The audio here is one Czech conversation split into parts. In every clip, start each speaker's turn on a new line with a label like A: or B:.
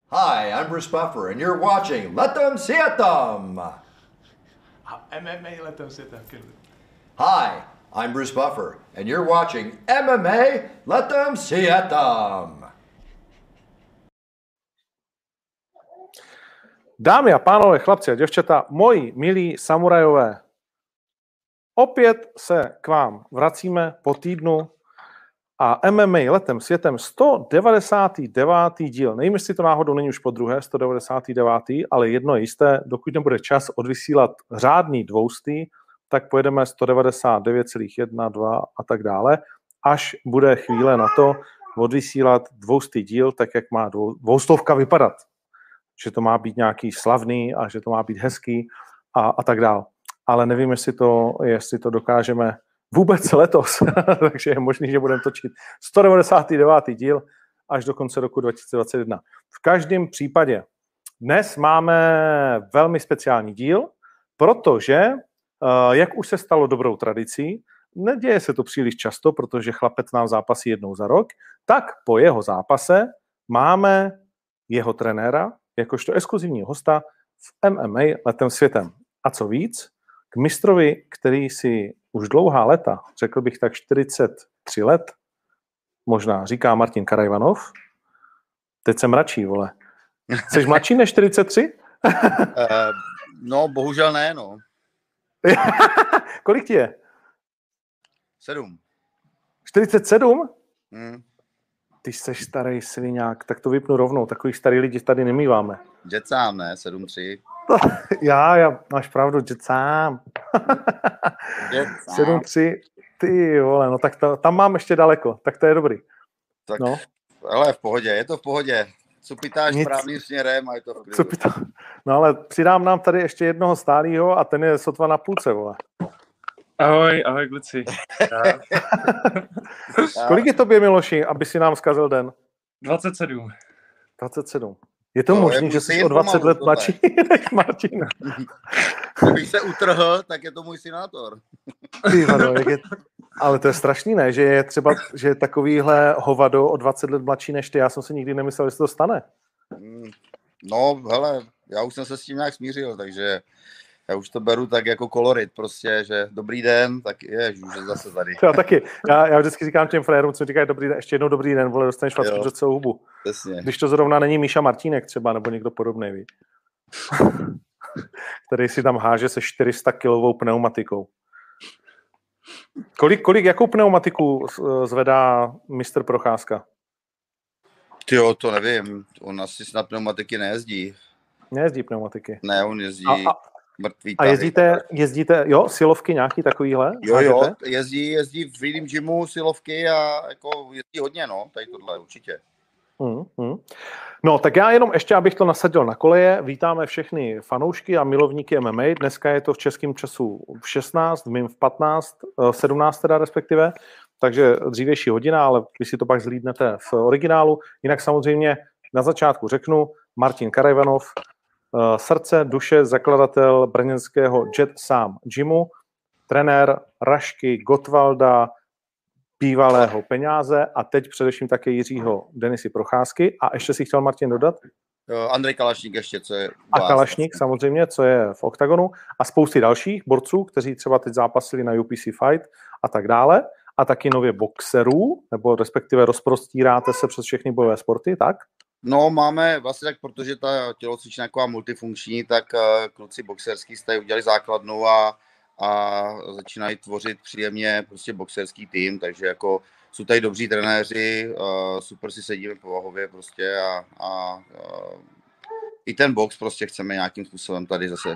A: Hi, I'm Bruce Buffer, and you're watching Let Them See It Them!
B: MMA Let Them See It Them.
A: Hi, I'm Bruce Buffer, and you're watching MMA Let Them See It Them!
C: Dámy a pánové, chlapci a děvčata, moji milí samurajové, opět se k vám vracíme po týdnu a MMA letem světem 199. díl. Nevím, jestli to náhodou není už po druhé, 199. ale jedno je jisté, dokud nebude čas odvysílat řádný dvoustý, tak pojedeme 199,1, 2 a tak dále, až bude chvíle na to odvysílat dvoustý díl, tak jak má dvoustovka vypadat. Že to má být nějaký slavný a že to má být hezký a tak dál. Ale nevím, jestli to dokážeme vůbec letos, takže je možný, že budeme točit 199. díl až do konce roku 2021. V každém případě dnes máme velmi speciální díl, protože, jak už se stalo dobrou tradicí, neděje se to příliš často, protože chlapec nám zápasí jednou za rok, tak po jeho zápase máme jeho trenéra, jakožto exkluzivního hosta v MMA letem světem. A co víc, k mistrovi, který si už dlouhá léta, řekl bych tak 43 let, možná říká Martin Karajvanov. Teď jsem mladší, vole. Jsi mladší než 43?
D: No, bohužel ne, no.
C: Kolik ti je?
D: 7.
C: 47?
D: Hmm.
C: Ty jsi starý sviňák, tak to vypnu rovnou. Takových starý lidi tady nemýváme.
D: Děcám, ne? 7-3.
C: Já, máš pravdu, děcám. 7-3, ty vole, no tak tam mám ještě daleko, tak to je dobrý.
D: Tak,
C: no.
D: Ale v pohodě, je to v pohodě. Cupitáš správným směrem a je to v klidu.
C: No ale přidám nám tady ještě jednoho stálýho a ten je sotva na půlce, vole.
B: Ahoj kluci.
C: Kolik je tobě, Miloši, aby si nám zkazil den?
B: 27.
C: 27. Je to možný, že jsi o 20 let mladší než Martin?
D: Kdybych se utrhl, tak je to můj synátor.
C: Ale to je strašný, ne? Že je třeba, že takovýhle hovado o 20 let mladší než ty. Já jsem si nikdy nemyslel, že se to stane.
D: No, hele, já už jsem se s tím nějak smířil, takže já už to beru tak jako kolorit prostě, že dobrý den, tak ježiš, že zase tady.
C: Já taky. Já vždycky říkám těm frérům, co říkají dobrý den, ještě jednou dobrý den, vole, dostaneš facku před celou hubu.
D: Přesně.
C: Když to zrovna není Míša Martínek třeba, nebo někdo podobný, víš. Který si tam háže se 400 kilovou pneumatikou. Jakou pneumatiku zvedá mistr Procházka?
D: Tyjo, to nevím, on asi snad pneumatiky nejezdí.
C: Nejezdí pneumatiky.
D: Ne, on jezdí mrtvý
C: tahy. A jezdíte, jo, silovky nějaký takovýhle?
D: Jo, jezdí v jiném gymu silovky a jako jezdí hodně, no, tady tohle určitě.
C: No, tak já jenom ještě, abych to nasadil na koleje, vítáme všechny fanoušky a milovníky MMA. Dneska je to v českém času v 16, v mým v 15, 17 teda respektive, takže dřívější hodina, ale vy si to pak zhlídnete v originálu. Jinak samozřejmě na začátku řeknu Martin Karajvanov, srdce, duše, zakladatel brněnského Jet Sam gymu, trenér Rašky, Gottwalda, bývalého Peňáze a teď především také Jiřího Denisy Procházky. A ještě si chtěl, Martin, dodat?
D: Andrej Kalašník ještě, co je...
C: A Kalašník samozřejmě, co je v oktagonu. A spousty dalších borců, kteří třeba teď zápasili na UPC Fight a tak dále. A taky nově boxerů, nebo respektive rozprostíráte se přes všechny bojové sporty, tak?
D: No, máme vlastně tak, protože ta tělocvičná je taková multifunkční, tak kluci boxerský tady udělali základnu a začínají tvořit příjemně prostě boxerský tým, takže jako jsou tady dobří trenéři, super si sedíme povahově prostě a i ten box prostě chceme nějakým způsobem tady zase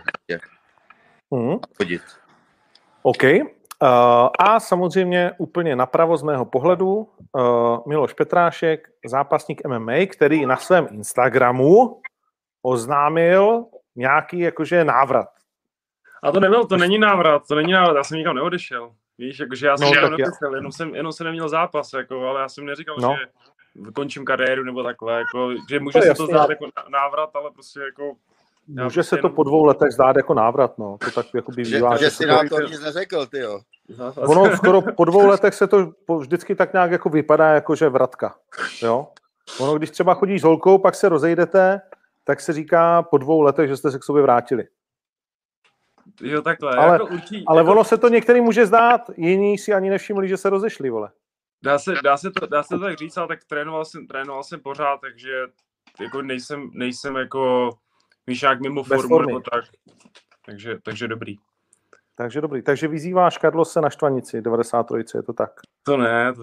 D: chodit.
C: OK. A samozřejmě úplně napravo z mého pohledu Miloš Petrášek, zápasník MMA, který na svém Instagramu oznámil nějaký jakože návrat.
B: A to není návrat, já jsem nikam neodešel. Víš, jakože já jsem nikam neodešel, jenom jsem neměl zápas, jako, ale já jsem neříkal, že vykončím kariéru nebo takhle, jako, že může se to zdát jako návrat, ale prostě jako...
C: Může se to po 2 letech zdát jako návrat, no. To tak jako bývá.
D: Že si nám to nic neřekl, tyjo.
C: Ono skoro po 2 letech se to vždycky tak nějak jako vypadá, jako že vratka, jo. Ono, když třeba chodíš s holkou, pak se rozejdete, tak se říká po 2 letech, že jste se k sobě vrátili.
B: Jo, takhle.
C: Ale,
B: jako určitě,
C: ale
B: jako...
C: ono se to některým může zdát, jiní si ani nevšimli, že se rozešli, vole.
B: Dá se to tak říct, ale tak trénoval jsem pořád, takže jako nejsem jako víš, jak mimo formu nebo tak. Takže dobrý.
C: Takže dobrý. Takže vyzýváš Carlose na štvanici 93, je to tak?
B: To ne,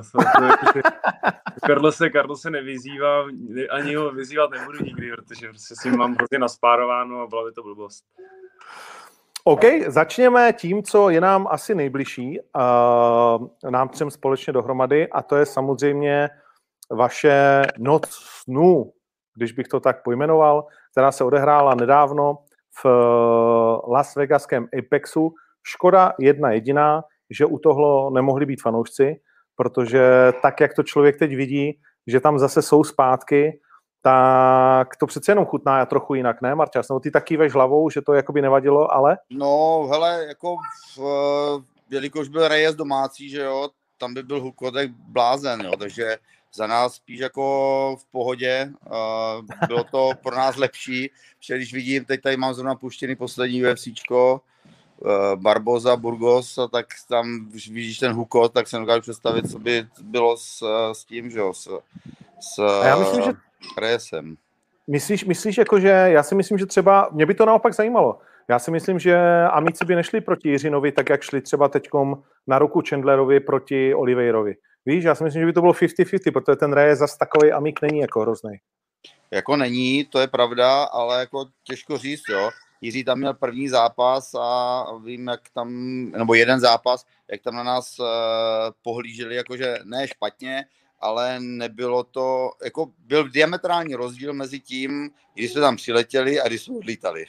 B: Carlose nevyzývám, ani ho vyzývat nebudu nikdy, protože prostě si mám hrozně naspárováno a byla by to blbost.
C: OK, začněme tím, co je nám asi nejbližší, nám 3 společně dohromady, a to je samozřejmě vaše noc snů, když bych to tak pojmenoval, která se odehrála nedávno v Las Vegaském Apexu. Škoda jedna jediná, že u toho nemohli být fanoušci, protože tak, jak to člověk teď vidí, že tam zase jsou zpátky, tak to přece jenom chutná trochu jinak, ne, Marťas? No ty taky veš hlavou, že to jakoby nevadilo, ale?
D: No, hele, jako jelikož byl Reyes domácí, že jo, tam by byl Hukodek blázen, jo, takže za nás spíš jako v pohodě. Bylo to pro nás lepší, protože když vidím, teď tady mám zrovna puštěný poslední UFCčko, Barboza, Burgos, a tak tam, když vidíš ten Hukot, tak se dokážu představit, co by bylo s tím, že jo,
C: a já myslím, že
D: Reyesem.
C: Myslíš jako, že já si myslím, že třeba, mě by to naopak zajímalo. Já si myslím, že amici by nešli proti Jiřinovi tak, jak šli třeba teďkom na ruku Chandlerovi proti Oliveirovi. Víš, já si myslím, že by to bylo 50-50, protože ten Reyes zas takovej amik není jako hroznej.
D: Jako není, to je pravda, ale jako těžko říct, jo. Jiří tam měl první zápas a vím, jak tam, nebo jeden zápas, jak tam na nás pohlíželi, jakože ne špatně, ale nebylo to, jako byl diametrální rozdíl mezi tím, když jsme tam přiletěli a když jsme odlítali.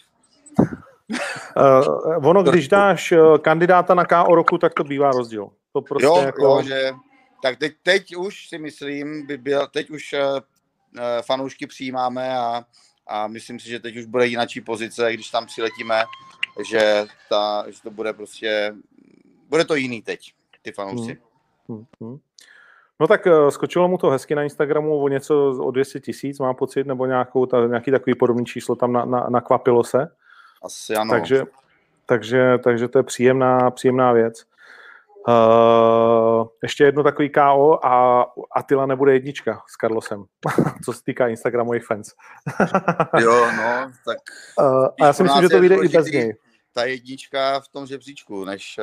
C: Ono, když dáš kandidáta na KO roku, tak to bývá rozdíl. To prostě
D: jo, že tak teď už si myslím, teď už fanoušky přijímáme a myslím si, že teď už bude jináčí pozice, když tam přiletíme, že to bude prostě, bude to jiný teď, ty fanoušci.
C: No tak skočilo mu to hezky na Instagramu o něco o 200 000, mám pocit, nebo nějaký takový podobný číslo tam nakvapilo se.
D: Asi ano.
C: Takže to je příjemná věc. Ještě jedno takový KO a Attila nebude jednička s Carlosem, co se týká Instagramových fans.
D: Jo, no, tak...
C: A já si myslím, že to vyjde i bez něj.
D: Ta jednička v tom žebříčku, než...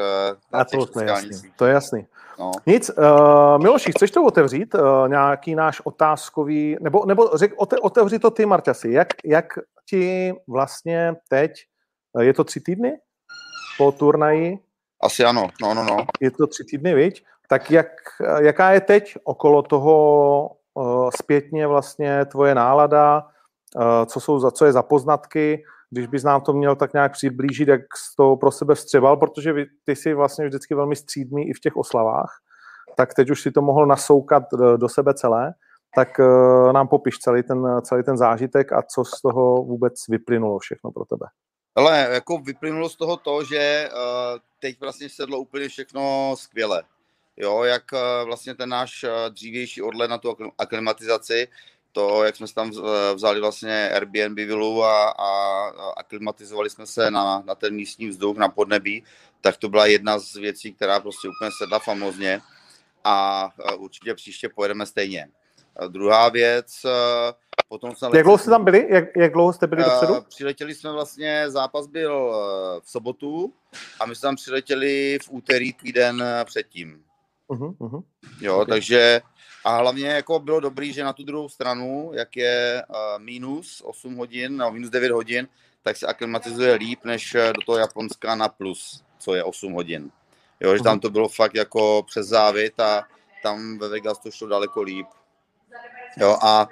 C: To je jasný. No. Nic, Miloši, chceš to otevřít? Nějaký náš otázkový... Nebo otevři to ty, Marťasi. Jak ti vlastně teď... Je to 3 týdny po turnaji?
D: Asi ano, no.
C: Je to 3 týdny, viď? Tak jaká je teď okolo toho zpětně vlastně tvoje nálada? Co je za poznatky? Když bys nám to měl tak nějak přiblížit, jak jsi to pro sebe vstřebal, protože ty jsi vlastně vždycky velmi střídmý i v těch oslavách, tak teď už si to mohl nasoukat do sebe celé, tak nám popiš celý ten zážitek a co z toho vůbec vyplynulo všechno pro tebe.
D: Ale jako vyplynulo z toho to, že teď vlastně sedlo úplně všechno skvěle. Jo, jak vlastně ten náš dřívější odlet na tu aklimatizaci, to, jak jsme se tam vzali vlastně Airbnb vilu a aklimatizovali jsme se na ten místní vzduch, na podnebí, tak to byla jedna z věcí, která prostě úplně sedla famózně a určitě příště pojedeme stejně. A druhá věc, potom jsme...
C: Jak dlouho jste tam byli? Jak dlouho jste byli dopředu?
D: Přiletěli jsme vlastně, zápas byl v sobotu a my jsme tam přiletěli v úterý týden předtím. Jo, okay. Takže a hlavně jako bylo dobrý, že na tu druhou stranu, jak je minus 8 hodin, nebo minus 9 hodin, tak se aklimatizuje líp, než do toho Japonska na plus, co je 8 hodin. Jo, že tam to bylo fakt jako přes závit a tam ve Vegas to šlo daleko líp. Jo, a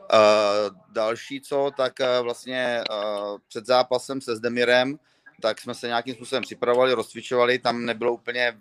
D: další tak vlastně před zápasem se Zdemirem, tak jsme se nějakým způsobem připravovali, rozcvičovali, tam nebylo úplně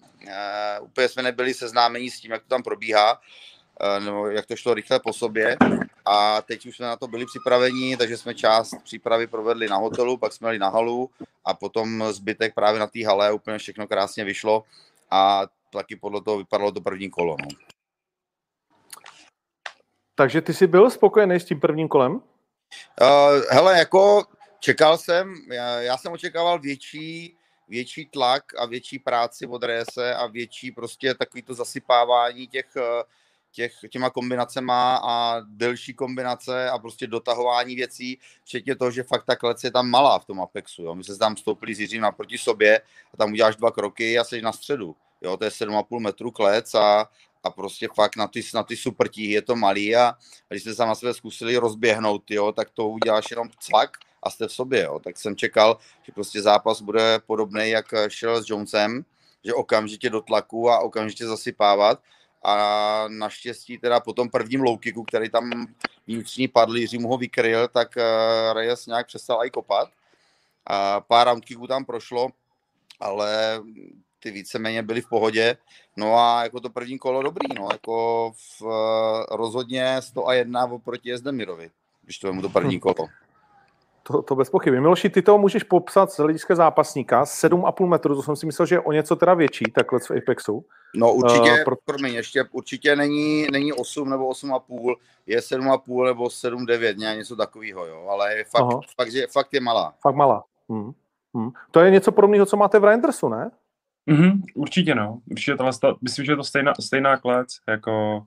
D: jsme nebyli seznámeni s tím, jak to tam probíhá, nebo jak to šlo rychle po sobě a teď už jsme na to byli připraveni, takže jsme část přípravy provedli na hotelu, pak jsme jeli na halu a potom zbytek právě na té hale úplně všechno krásně vyšlo a taky podle toho vypadalo to první kolo. No.
C: Takže ty jsi byl spokojený s tím prvním kolem?
D: Hele, jako čekal jsem, já jsem očekával větší tlak a větší práci od Reyese a větší prostě takový to zasypávání těma kombinacema a delší kombinace a prostě dotahování věcí, včetně toho, že fakt ta klec je tam malá v tom Apexu. Jo. My se tam stoupili s Jiřím naproti sobě a tam uděláš 2 kroky a jsi na středu. Jo, to je 7,5 metru klec a prostě fakt na ty super tíhy je to malý a když jsme se na sebe zkusili rozběhnout, jo, tak to uděláš jenom cvak a jste v sobě. Jo. Tak jsem čekal, že prostě zápas bude podobný, jak šel s Jonesem, že okamžitě do tlaku a okamžitě zasypávat. A naštěstí teda po tom prvním low kicku, který tam vnitřní padl, Jiří mu ho vykryl, tak Reyes nějak přestal i kopat. A pár round kicků tam prošlo, ale ty víceméně byly v pohodě. No a jako to první kolo dobrý, no, jako rozhodně 101 oproti Jezdemirovi, když to vemu to první kolo.
C: To bez pochyby. Miloši, ty to můžeš popsat z hlediska zápasníka, 7,5 metru, to jsem si myslel, že je o něco teda větší, takhle v Apexu.
D: No určitě, ještě určitě není 8 nebo 8,5, je 7,5 nebo 7,9, něco takového, jo, ale je fakt je malá.
C: Fakt malá. To je něco podobného, co máte v Randersu, ne?
B: Určitě no. Určitě myslím, že je to stejná klec, jako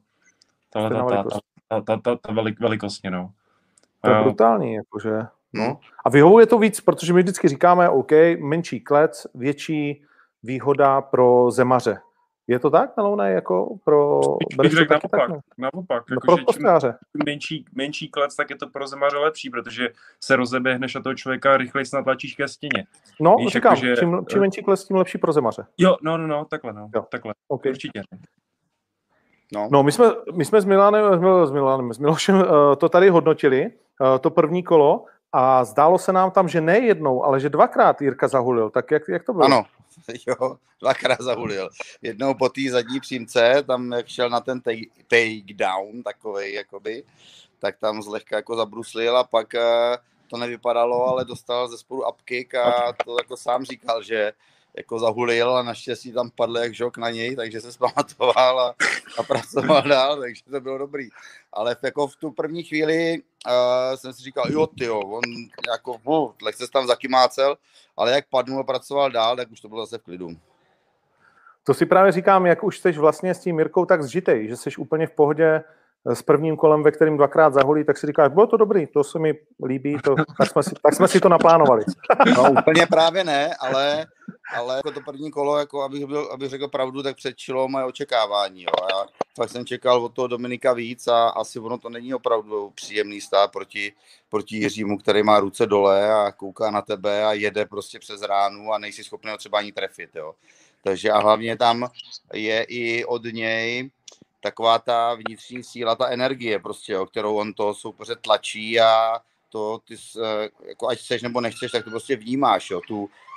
B: ta velikostně, no.
C: To je brutální, jakože. No. A vyhovuje to víc, protože my vždycky říkáme, OK, menší klec, větší výhoda pro zemaře. Je to tak, Meloune, jako pro...
B: Naopak.
C: Pro postráře.
B: Menší klec, tak je to pro zemaře lepší, protože se rozeběhneš a toho člověka rychleji natlačíš ke stěně.
C: No, víš, říkám, jako, že... čím menší klec, tím lepší pro zemaře.
B: Jo, no, takhle. Okay. Určitě.
C: No, my jsme s Milošem to tady hodnotili, to první kolo, a zdálo se nám tam, že ne jednou, ale že 2krát Jirka zahulil. Tak jak to bylo?
D: Ano, jo, 2krát zahulil. Jednou po té zadní přímce, tam jak šel na ten takedown takovej, jakoby, tak tam zlehka jako zabruslil a pak to nevypadalo, ale dostal ze spodu upkick a to jako sám říkal, že jako zahulil a naštěstí tam padl jak žok na něj, takže se zpamatoval a pracoval dál, takže to bylo dobrý. Ale jako v tu první chvíli jsem si říkal, on jako lehce se tam zakymácel, ale jak padnul a pracoval dál, tak už to bylo zase v klidu.
C: To si právě říkám, jak už jsi vlastně s tím Mirkou tak zžitej, že jsi úplně v pohodě s prvním kolem, ve kterým 2krát zahulí, tak si říkáš, bylo to dobrý, to se mi líbí, tak jsme si to naplánovali.
D: No úplně právě ne, ale jako to první kolo, jako abych řekl pravdu, tak předčilo moje očekávání. Jo. Já fakt jsem čekal od toho Dominika víc a asi ono to není opravdu příjemný stát proti Jiřímu, který má ruce dole a kouká na tebe a jede prostě přes ránu a nejsi schopný ho třeba ani trefit. Jo. Takže a hlavně tam je i od něj taková ta vnitřní síla, ta energie prostě, jo, kterou on to soupeře tlačí a to ty, jako ať chceš nebo nechceš, tak to prostě vnímáš, jo,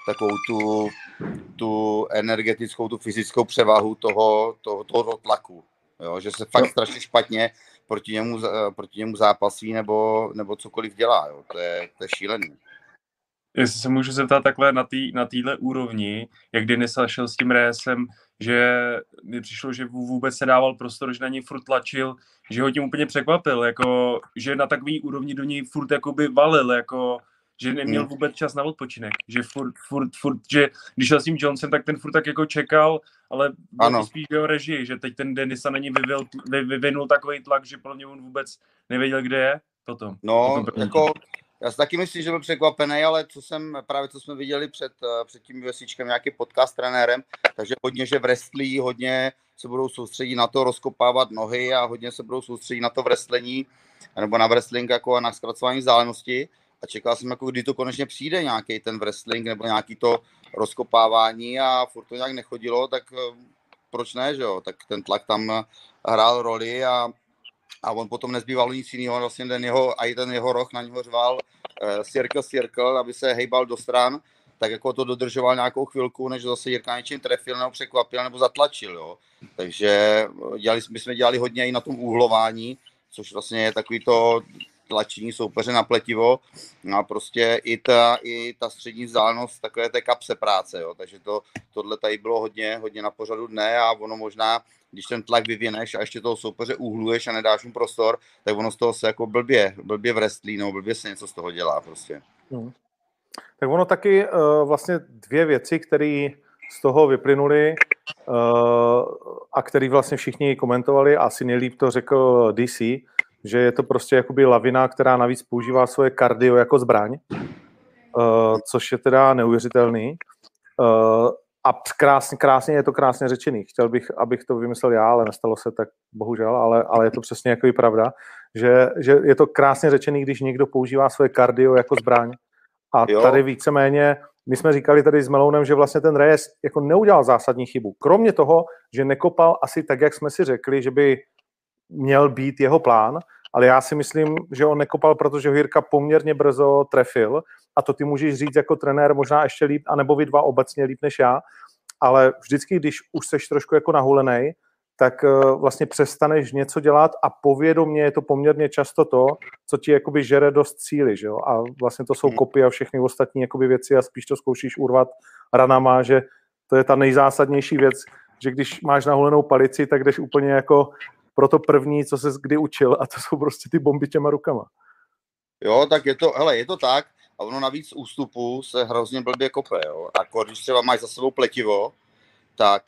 D: tu energetickou, tu fyzickou převahu toho tlaku, jo, že se fakt strašně špatně proti němu zápasí nebo cokoliv dělá, jo, to je šílený.
B: Jestli se můžu zeptat takhle na téhle úrovni, jak Denis šel s tím Reyesem, že mi přišlo, že vůbec se dával prostor, že na něj furt tlačil, že ho tím úplně překvapil, jako, že na takový úrovni do něj furt jakoby valil, jako, že neměl vůbec čas na odpočinek, že furt, že když šel s tím Jonesem, tak ten furt tak jako čekal, ale byl spíš v jeho režii, že teď ten Denisa na něj vyvinul takový tlak, že pro něj on vůbec nevěděl, kde je potom.
D: No, jako... Já si taky myslím, že byl překvapený, ale co jsme viděli před tím vesíčkem, nějaký podcast s trenérem, takže hodně, že wrestlí, hodně se budou soustředit na to rozkopávat nohy a hodně se budou soustředit na to wrestlení, nebo na wrestling jako a na zkracování vzdálenosti. A čekal jsem, jako kdy to konečně přijde nějaký ten wrestling nebo nějaký to rozkopávání a furt to nějak nechodilo, tak proč ne, že jo? Tak ten tlak tam hrál roli a on potom nezbývalo nic jiného, vlastně ten jeho roh na něho řval circle, aby se hejbal do stran, tak jako to dodržoval nějakou chvilku, než zase Jirka něčím trefil, nebo překvapil, nebo zatlačil, jo. Takže my jsme dělali hodně i na tom úhlování, což vlastně je takový to tlačení soupeře na pletivo, no a prostě i ta střední vzdálenost, takové té kapse práce, jo. Takže tohle tady bylo hodně na pořadu dne a ono možná, když ten tlak vyvineš a ještě toho soupeře uhluješ a nedáš mu prostor, tak ono z toho se jako blbě wrestlí, no, blbě se něco z toho dělá prostě.
C: Tak ono taky vlastně dvě věci, které z toho vyplynuly a který vlastně všichni komentovali, asi nejlíp to řekl DC, že je to prostě jakoby lavina, která navíc používá svoje kardio jako zbraň, což je teda neuvěřitelný. A krásně je to krásně řečený. Chtěl bych, abych to vymyslel já, ale nestalo se tak, bohužel, ale je to přesně jako pravda, že je to krásně řečený, když někdo používá svoje kardio jako zbraň. A tady víceméně, my jsme říkali tady s Melounem, že vlastně ten Reyes jako neudělal zásadní chybu. Kromě toho, že nekopal asi tak, jak jsme si řekli, že by měl být jeho plán, ale já si myslím, že on nekopal, protože ho Jirka poměrně brzo trefil a to ty můžeš říct jako trenér možná ještě líp, anebo vy dva obecně líp než já, ale vždycky, když už seš trošku jako nahulenej, tak vlastně přestaneš něco dělat a povědomě je to poměrně často to, co ti jakoby žere dost cíly, že jo? A vlastně to jsou kopy a všechny ostatní jakoby věci a spíš to zkoušíš urvat ranama, že to je ta nejzásadnější věc, že když máš nahulenou palici, tak jdeš úplně jako pro to první, co ses kdy učil a to jsou prostě ty bomby těma rukama.
D: Jo, tak je to tak a ono navíc ústupu se hrozně blbě kope, jo. A když třeba máš za sebou pletivo, tak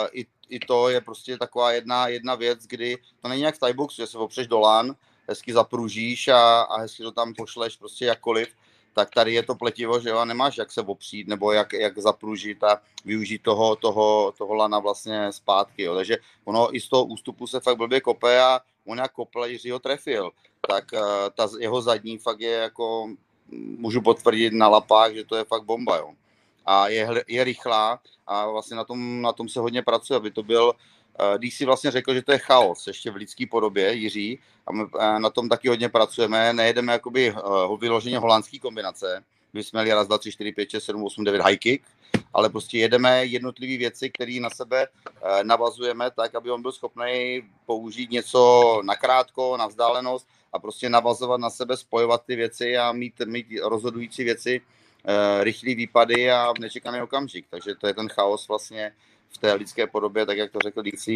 D: i to je prostě taková jedna věc, kdy to není jak v Thaiboxu, že se opřeš do lán, hezky zapružíš a hezky to tam pošleš prostě jakkoliv, tak tady je to pletivo, že jo, a nemáš jak se opřít nebo jak zapružit a využít toho lana vlastně zpátky, jo. Takže ono i z toho ústupu se fakt blbě kope a on jak kopl, když ho trefil, tak ta jeho zadní fakt je jako, můžu potvrdit na lapách, že to je fakt bomba, jo. A je rychlá a vlastně na tom se hodně pracuje, aby to byl, když si vlastně řekl, že to je chaos, ještě v lidské podobě, Jiří, a my na tom taky hodně pracujeme, nejedeme jakoby vyloženě holandský kombinace, my jsme jeli 1, 2, 3, 4, 5, 6, 7, 8, 9 high kick, ale prostě jedeme jednotlivé věci, které na sebe navazujeme tak, aby on byl schopný použít něco nakrátko, na vzdálenost a prostě navazovat na sebe, spojovat ty věci a mít rozhodující věci, rychlý výpady a nečekaný okamžik. Takže to je ten chaos vlastně v té lidské podobě, tak jak to řekl DC.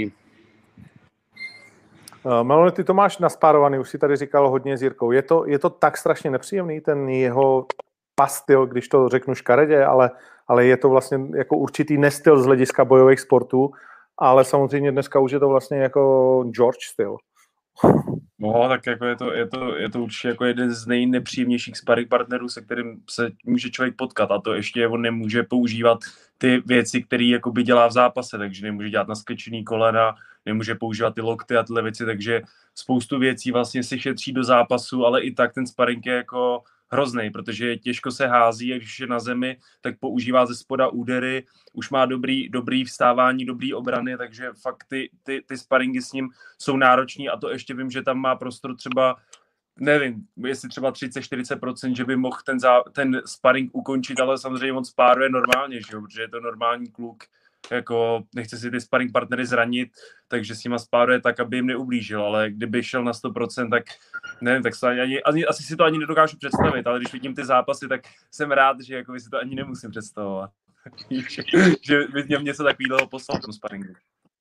C: Melone, ty to máš naspárovaný, už si tady říkal hodně s Jirkou. Je to tak strašně nepříjemný, ten jeho pastyl, když to řeknu škaredě, ale je to vlastně jako určitý nestyl z hlediska bojových sportů, ale samozřejmě dneska už je to vlastně jako George styl.
B: No, tak jako je to určitě jako jeden z nejnepříjemnějších sparring partnerů, se kterým se může člověk potkat, a to ještě on nemůže používat ty věci, které jakoby dělá v zápase, takže nemůže dělat naskečený kolena, nemůže používat ty lokty a tyhle věci, takže spoustu věcí vlastně se šetří do zápasu, ale i tak ten sparring je jako hrozný, protože těžko se hází a když je na zemi, tak používá ze spoda údery, už má dobrý vstávání, dobrý obrany, takže fakt ty sparingy s ním jsou nároční a to ještě vím, že tam má prostor třeba, nevím, jestli třeba 30-40%, že by mohl ten sparring ukončit, ale samozřejmě on spáruje normálně, že jo, protože je to normální kluk, jako nechce si ty sparring partnery zranit, takže s nima spáruje tak, aby jim neublížil, ale kdyby šel na 100%, tak nevím, tak asi si to ani nedokážu představit, ale když vidím ty zápasy, tak jsem rád, že jako si to ani nemusím představovat. že by mě něco takového poslal v tom sparingu.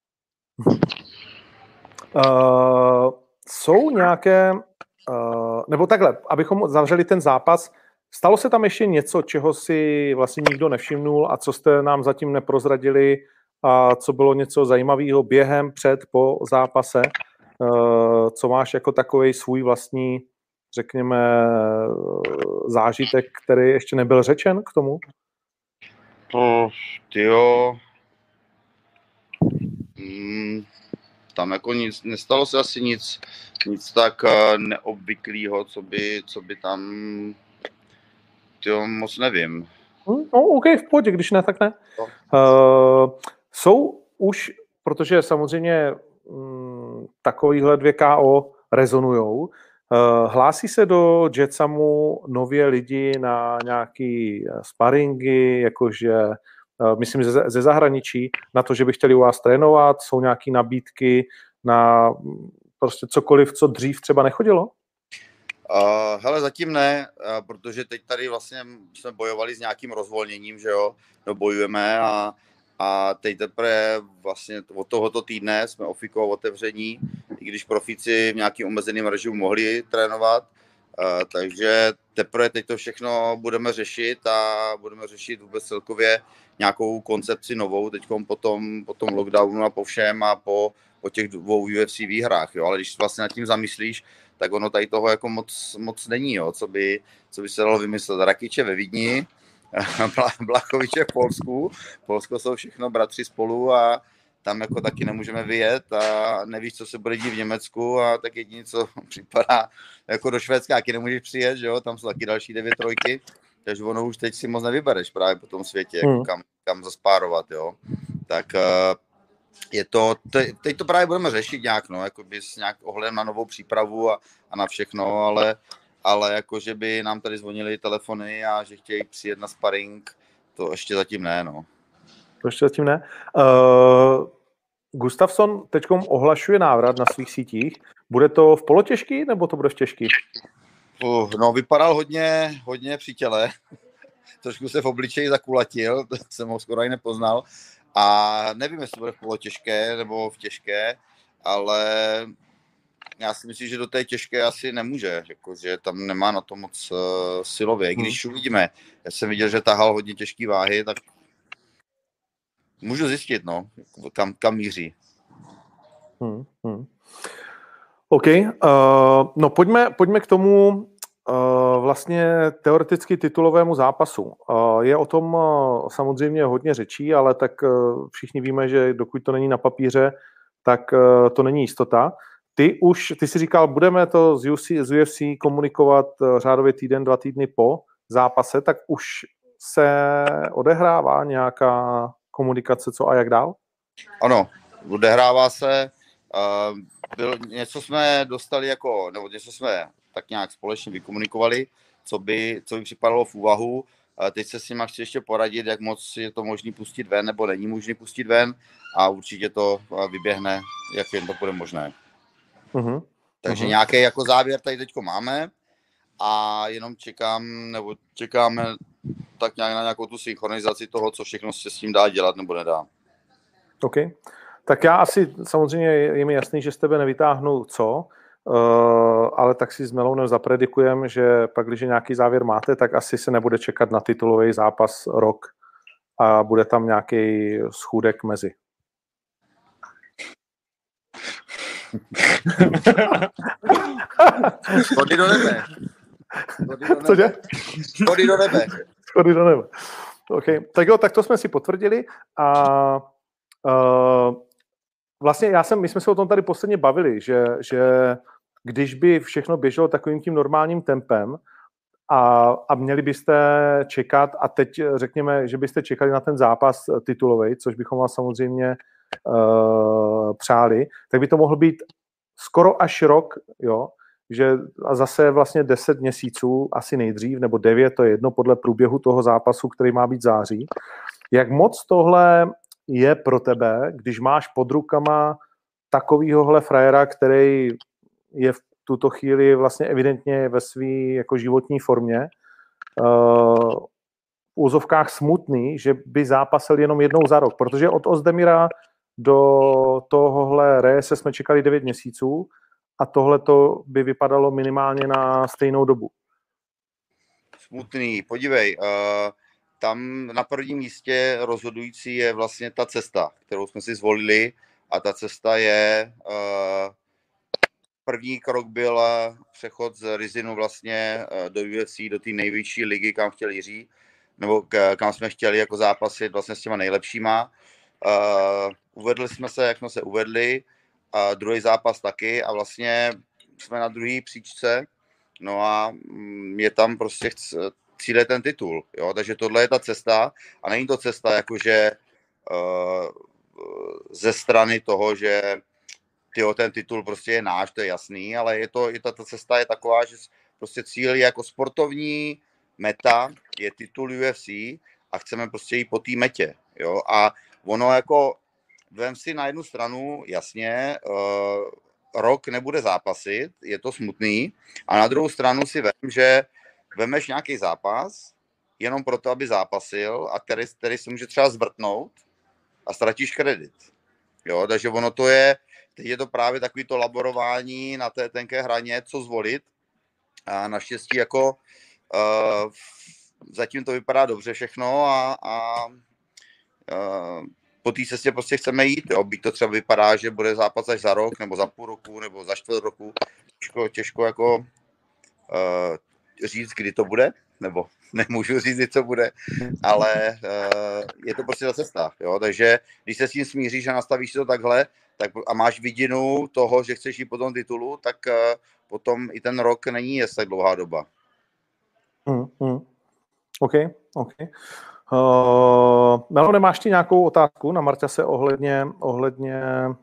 C: Jsou nějaké, nebo takhle, abychom zavřeli ten zápas, stalo se tam ještě něco, čeho si vlastně nikdo nevšimnul a co jste nám zatím neprozradili a co bylo něco zajímavého během, před, po zápase? Co máš jako takovej svůj vlastní, řekněme, zážitek, který ještě nebyl řečen k tomu?
D: Tam jako nestalo se asi nic tak neobvyklého, co by tam, moc nevím.
C: No, OK, v pohodě, když ne, tak ne. Jsou už, protože samozřejmě takovýhle 2 KO rezonujou, hlásí se do Jetsamu nově lidi na nějaký sparingy, jakože myslím ze zahraničí, na to, že by chtěli u vás trénovat, jsou nějaké nabídky na prostě cokoliv, co dřív třeba nechodilo?
D: Hele, zatím ne, protože teď tady vlastně jsme bojovali s nějakým rozvolněním, že jo, bojujeme a teď teprve vlastně od tohoto týdne jsme ofikou otevření, i když profíci v nějakým omezeným režimu mohli trénovat, takže teprve teď to všechno budeme řešit a budeme řešit vůbec celkově nějakou koncepci novou teďkom po tom lockdownu a po všem a po těch 2 UFC výhrách, jo, ale když vlastně nad tím zamyslíš, tak ono tady toho jako moc není, jo, co by se dalo vymyslet. Rakiče ve Vídni, Blachoviče v Polsku. Polsko jsou všechno bratři spolu a tam jako taky nemůžeme vyjet a nevíš, co se bude dít v Německu a tak jediné, co připadá jako do Švédska, taky nemůžeš přijet, že jo, tam jsou taky další 9 trojky, takže ono už teď si moc nevybereš právě po tom světě, jako kam zaspárovat, jo. Tak je to, teď to právě budeme řešit nějak, no, jakoby s nějak ohledem na novou přípravu a na všechno, ale jako, že by nám tady zvonili telefony a že chtějí přijet na sparring, to ještě zatím ne, no.
C: To ještě zatím ne. Gustafsson teďkom ohlašuje návrat na svých sítích. Bude to v polotěžký, nebo to bude v těžký?
D: No, vypadal hodně při těle. Trošku se v obličeji zakulatil, to jsem ho skoro ani nepoznal. A nevím, jestli bude v polotěžké nebo v těžké, ale já si myslím, že do té těžké asi nemůže, že tam nemá na to moc silově. Když uvidíme, já jsem viděl, že tahal hodně těžké váhy, tak můžu zjistit, no, kam míří.
C: OK. No pojďme k tomu vlastně teoreticky titulovému zápasu. Je o tom samozřejmě hodně řečí, ale tak všichni víme, že dokud to není na papíře, tak to není jistota. Ty si říkal, budeme to z UFC komunikovat řádově týden, 2 týdny po zápase, tak už se odehrává nějaká komunikace, co a jak dál? Ano,
D: odehrává se. Něco jsme dostali nebo něco jsme tak nějak společně vykomunikovali, co by připadalo v úvahu. Teď se s nima chci ještě poradit, jak moc je to možný pustit ven, nebo není možný pustit ven a určitě to vyběhne, jak jen to bude možné. Takže nějaký jako závěr tady teďko máme a jenom čekáme tak nějak na nějakou tu synchronizaci toho, co všechno se s tím dá dělat nebo nedá.
C: OK. Tak já asi, samozřejmě je mi jasný, že z tebe nevytáhnu co, ale tak si s Melounem zapredikujeme, že pak, když nějaký závěr máte, tak asi se nebude čekat na titulový zápas rok a bude tam nějaký schůdek mezi.
D: Schody do nebe.
C: Cože?
D: Schody do nebe.
C: Schody do nebe. OK. Tak jo, tak to jsme si potvrdili a vlastně my jsme se o tom tady posledně bavili, že když by všechno běželo takovým tím normálním tempem a měli byste čekat a teď řekněme, že byste čekali na ten zápas titulový, což bychom vás samozřejmě přáli, tak by to mohl být skoro až rok, jo, že a zase vlastně 10 měsíců, asi nejdřív, nebo 9, to je jedno podle průběhu toho zápasu, který má být v září. Jak moc tohle je pro tebe, když máš pod rukama takovýhohle frajera, který je v tuto chvíli vlastně evidentně ve své jako životní formě, v úzovkách smutný, že by zápasil jenom jednou za rok, protože od Ozdemira do tohohle Reyese jsme čekali 9 měsíců a tohle to by vypadalo minimálně na stejnou dobu.
D: Smutný, podívej, tam na prvním místě rozhodující je vlastně ta cesta, kterou jsme si zvolili a ta cesta je, první krok byl přechod z Rizinu vlastně do UFC, do té největší ligy, kam chtěl Jiří, nebo kam jsme chtěli jako zápasit vlastně s těma nejlepšíma. Uvedli jsme se, jak jsme se uvedli, druhý zápas taky a vlastně jsme na druhé příčce, no a je tam prostě cíle ten titul, jo, takže tohle je ta cesta a není to cesta jakože ze strany toho, že ten titul prostě je náš, to je jasný, ale ta cesta je taková, že prostě cíl je jako sportovní meta, je titul UFC a chceme prostě jít po té metě, jo, a ono jako vem si na jednu stranu, jasně, rok nebude zápasit, je to smutný, a na druhou stranu si vem, že vemeš nějaký zápas, jenom proto, aby zápasil, a který si může třeba zvrtnout, a ztratíš kredit. Jo, takže ono to je, teď je to právě takový to laborování na té tenké hraně, co zvolit. A naštěstí jako zatím to vypadá dobře všechno a po té cestě prostě chceme jít. Jo. Byť to třeba vypadá, že bude zápas až za rok, nebo za půl roku, nebo za čtvrt roku. Těžko jako říct, kdy to bude, nebo nemůžu říct, kdy to bude, ale je to prostě ta cesta. Jo. Takže když se s tím smíříš a nastavíš to takhle tak, a máš vidinu toho, že chceš jít po tom titulu, tak potom i ten rok není jest tak dlouhá doba.
C: OK. Melone, máš ty nějakou otázku na Marťase ohledně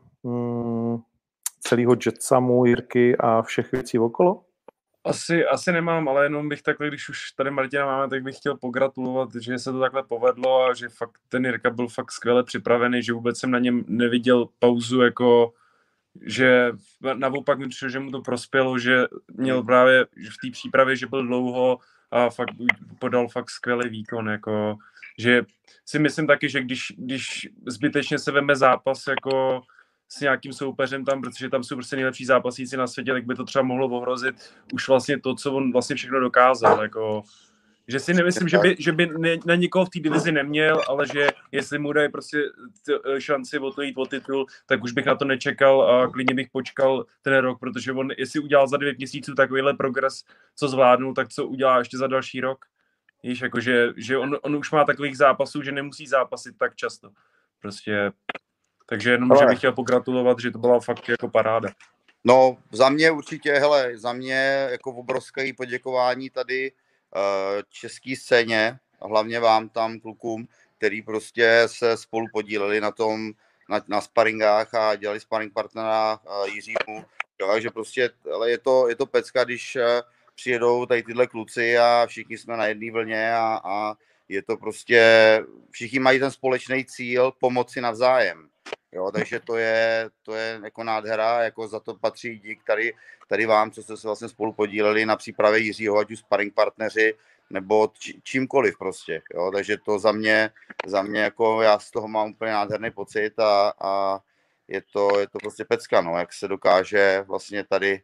C: celého Jetsamu, Jirky a všech věcí okolo?
B: Asi nemám, ale jenom bych takhle, když už tady Martina máme, tak bych chtěl pogratulovat, že se to takhle povedlo a že fakt ten Jirka byl fakt skvěle připravený, že vůbec jsem na něm neviděl pauzu, jako že naopak mi přišlo, že mu to prospělo, že měl právě v té přípravě, že byl dlouho a fakt podal fakt skvělý výkon, jako, že si myslím taky, že když zbytečně se veme zápas jako s nějakým soupeřem tam, protože tam jsou prostě nejlepší zápasníci na světě, tak by to třeba mohlo ohrozit už vlastně to, co on vlastně všechno dokázal, jako, že si nemyslím, že by na nikoho v té divizi neměl, ale že jestli mu dají prostě šanci jít o titul, tak už bych na to nečekal a klidně bych počkal ten rok, protože on, jestli udělal za 9 měsíců takovýhle progres, co zvládnul, tak co udělá ještě za další rok. Víš, jako, že on už má takových zápasů, že nemusí zápasit tak často. Prostě, takže jenom, že bych chtěl pogratulovat, že to byla fakt jako paráda.
D: No, za mě určitě, za mě jako obrovské poděkování tady české scéně, hlavně vám tam klukům, který prostě se spolu podíleli na tom, na sparingách a dělali sparing partnera Jiřímu. Jo, takže prostě, ale je to pecka, když přijedou tady tyhle kluci a všichni jsme na jedné vlně a je to prostě, všichni mají ten společný cíl pomoci navzájem. Jo, takže to je jako nádhera, jako za to patří dík tady vám, co jste se vlastně spolu podíleli na přípravě Jiřího, ať už sparring partneři, nebo čímkoliv prostě, jo, takže to za mě jako já z toho mám úplně nádherný pocit a je to prostě pecka, no, jak se dokáže vlastně tady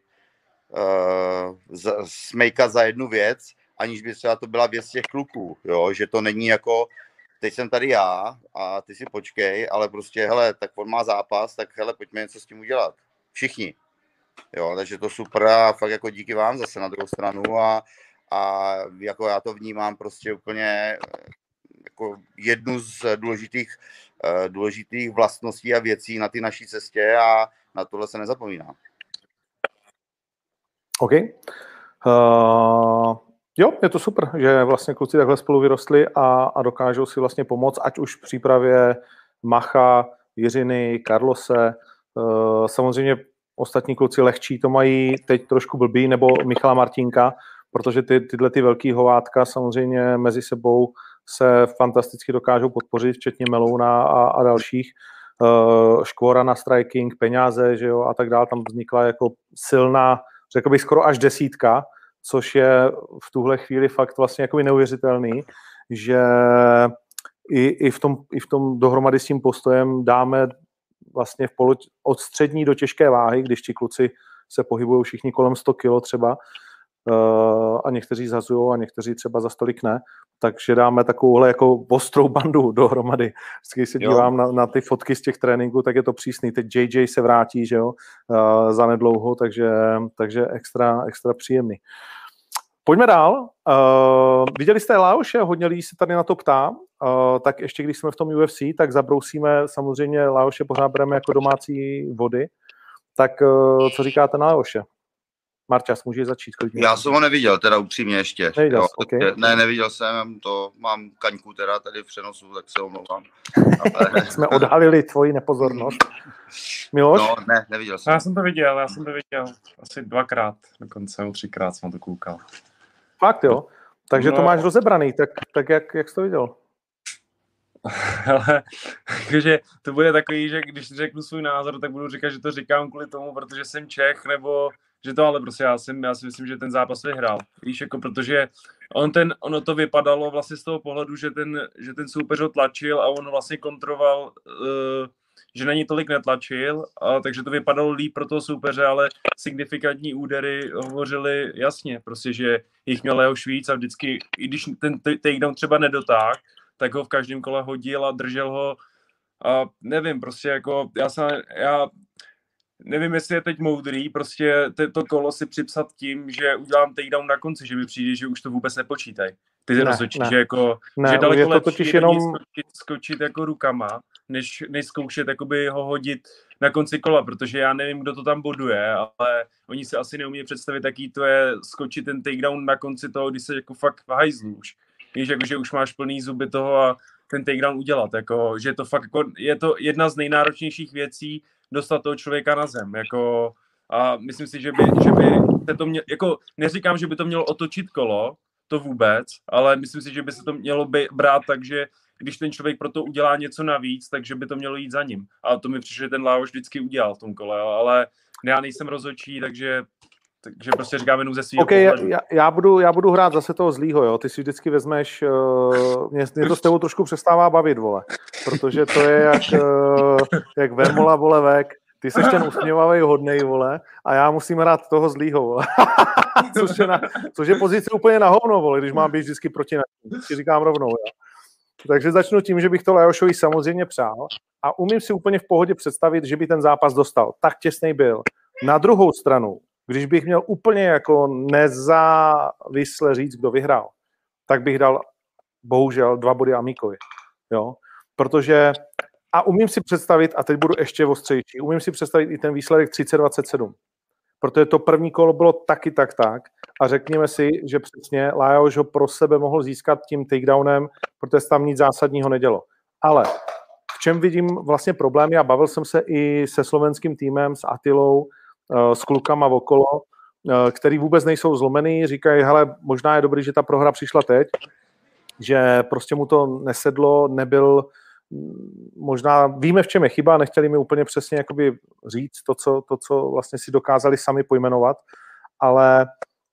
D: smejkat za jednu věc, aniž by třeba to byla věc těch kluků, jo, že to není jako teď jsem tady já a ty si počkej, ale prostě, hele, tak on má zápas, tak hele, pojďme něco s tím udělat. Všichni. Jo, takže to super a fakt jako díky vám zase na druhou stranu a jako já to vnímám prostě úplně jako jednu z důležitých vlastností a věcí na ty naší cestě a na tohle se nezapomíná.
C: OK. Jo, je to super, že vlastně kluci takhle spolu vyrostli a dokážou si vlastně pomoct, ať už v přípravě Macha, Jiřiny, Carlose, samozřejmě ostatní kluci lehčí to mají teď trošku blbý, nebo Michala Martínka, protože tyhle ty velký hovátka samozřejmě mezi sebou se fantasticky dokážou podpořit, včetně Melouna a dalších. Škvora na striking, peníze, že jo, a tak dále, tam vznikla jako silná, řekl bych skoro až 10, což je v tuhle chvíli fakt vlastně jako neuvěřitelný, že i v tom dohromady s tím postojem dáme vlastně od střední do těžké váhy, když ti kluci se pohybují všichni kolem 100 kg třeba a někteří zhazují a někteří třeba za stolik ne, takže dáme takovouhle jako ostrou bandu dohromady. Když se dívám na ty fotky z těch tréninků, tak je to přísný. Teď JJ se vrátí, že jo, zanedlouho, takže extra příjemný. Pojďme dál. Viděli jste Laoše, hodně lidí se tady na to ptá, tak ještě když jsme v tom UFC, tak zabrousíme samozřejmě Laoše, pořád bereme jako domácí vody. Tak co říkáte na Laoše? Marťas, můžeš začít klidně.
D: Já jsem ho neviděl, teda upřímně ještě.
C: Jo, okay.
D: Ne, neviděl jsem, to mám kaňku teda tady v přenosu, tak se omlouvám.
C: Ale... jsme odhalili tvoji nepozornost. Miloš?
D: No, ne, neviděl jsem.
B: Já jsem to viděl asi 2krát, dokonce 3krát jsem to koukal.
C: Fakt jo? Takže to máš rozebraný, tak jak jsi to viděl?
B: Ale takže to bude takový, že když řeknu svůj názor, tak budu říkat, že to říkám kvůli tomu, protože jsem Čech, nebo že to ale prostě já si myslím, že ten zápas vyhrál. Víš, jako protože ono to vypadalo vlastně z toho pohledu, že ten soupeř ho tlačil a on vlastně kontroval, že na ní tolik netlačil, takže to vypadalo líp pro toho soupeře, ale signifikantní údery hovořily jasně, prostě, že jich měl Leoš víc a vždycky, i když ten takedown třeba nedotáhl, tak ho v každém kole hodil a držel ho a nevím, prostě jako já nevím, jestli je teď moudrý, prostě to kolo si připsat tím, že udělám takedown na konci, že mi přijde, že už to vůbec nepočítaj. Ty rozhodčí, že jako, že daleko lepší jenom skočit jako rukama, než zkoušet jakoby ho hodit na konci kola, protože já nevím, kdo to tam boduje, ale oni si asi neumí představit, jaký to je skočit ten takedown na konci toho, když se jako fakt v hajzlu už. Víš, jako, že už máš plný zuby toho a ten takedown udělat, jako, že to fakt jako, je to jedna z nejnáročnějších věcí dostat toho člověka na zem, jako, a myslím si, že by se to mělo, jako, neříkám, že by to mělo otočit kolo, to vůbec, ale myslím si, že by se to mělo brát tak, že když ten člověk pro to udělá něco navíc, takže by to mělo jít za ním. A to mi přišlo, že ten Laoš vždycky udělal v tom kole, ale já nejsem rozhodčí, takže prostě říkám jenom ze svého pohledu.
C: Já budu hrát zase toho zlýho, jo. Ty si vždycky vezmeš, mě to s tebou trošku přestává bavit, vole. Protože to je jak Vémola, vole, vek. Ty seš ten usměvavej, hodnej, vole, a já musím hrát toho zlýho, vole. což je pozice úplně na hovno, vole, když mám být vždycky proti nám. Ti říkám rovnou, jo. Takže začnu tím, že bych to Leošovi samozřejmě přál a umím si úplně v pohodě představit, že by ten zápas dostal. Tak těsnej byl. Na druhou stranu, když bych měl úplně jako nezávisle říct, kdo vyhrál, tak bych dal bohužel 2 body Amíkovi. Jo? Protože, a umím si představit, a teď budu ještě ostřejší, umím si představit i ten výsledek 30-27. Protože to první kolo bylo taky tak. A řekněme si, že přesně Lajos ho pro sebe mohl získat tím takedownem, protože tam nic zásadního nedělo. Ale v čem vidím vlastně problémy, a bavil jsem se i se slovenským týmem, s Atilou, s klukama okolo, který vůbec nejsou zlomený, říkají, hele, možná je dobrý, že ta prohra přišla teď, že prostě mu to nesedlo, nebyl, možná víme, v čem je chyba, nechtěli mi úplně přesně jakoby říct to, co vlastně si dokázali sami pojmenovat, ale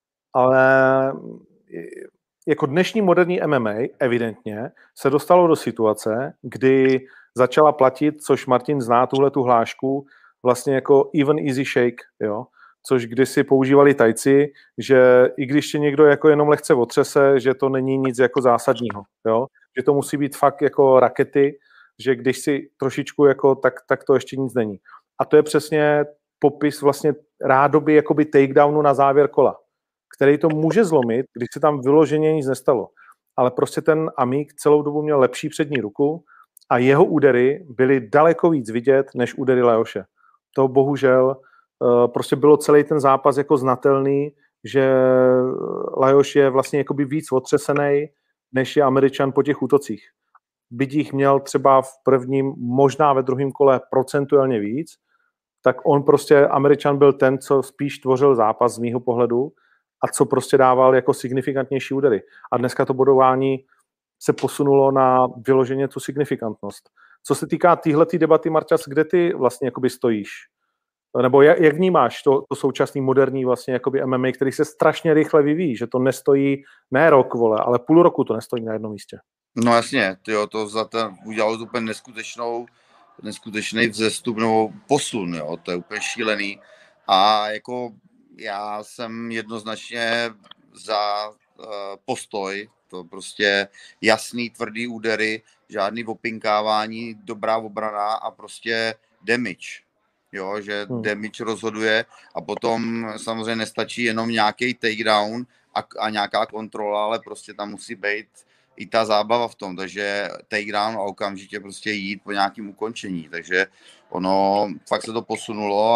C: jako dnešní moderní MMA evidentně se dostalo do situace, kdy začala platit, což Martin zná tuhletu hlášku, vlastně jako even easy shake, jo, což kdysi používali Tajci, že i když tě někdo jako jenom lehce otřese, že to není nic jako zásadního, jo, že to musí být fakt jako rakety, že když si trošičku jako, tak to ještě nic není. A to je přesně popis vlastně rádoby jakoby takedownu na závěr kola, který to může zlomit, když se tam vyloženě nic nestalo. Ale prostě ten Amík celou dobu měl lepší přední ruku a jeho údery byly daleko víc vidět, než údery Leoše. To bohužel prostě bylo celý ten zápas jako znatelný, že Lajos je vlastně jakoby víc otřesený, než je Američan po těch útocích. Byť jich měl třeba v prvním, možná ve druhém kole procentuálně víc, tak on prostě, Američan byl ten, co spíš tvořil zápas z mýho pohledu a co prostě dával jako signifikantnější údery. A dneska to bodování se posunulo na vyloženě tu signifikantnost. Co se týká téhletý debaty, Marťas, kde ty vlastně jakoby stojíš? Nebo jak vnímáš to současný moderní vlastně jakoby MMA, který se strašně rychle vyvíjí, že to nestojí ne rok, vole, ale půl roku to nestojí na jednom místě.
D: No jasně, tyjo, to udělalo to úplně neskutečný vzestup nebo posun, jo, to je úplně šílený. A jako já jsem jednoznačně za postoj, to prostě jasný, tvrdý údery, žádný opinkávání, dobrá obrana a prostě damage. Jo, že damage rozhoduje a potom samozřejmě nestačí jenom nějaký takedown a nějaká kontrola, ale prostě tam musí být i ta zábava v tom, takže takedown a okamžitě prostě jít po nějakém ukončení, takže ono fakt se to posunulo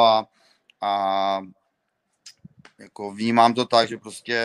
D: a jako vnímám to tak, že prostě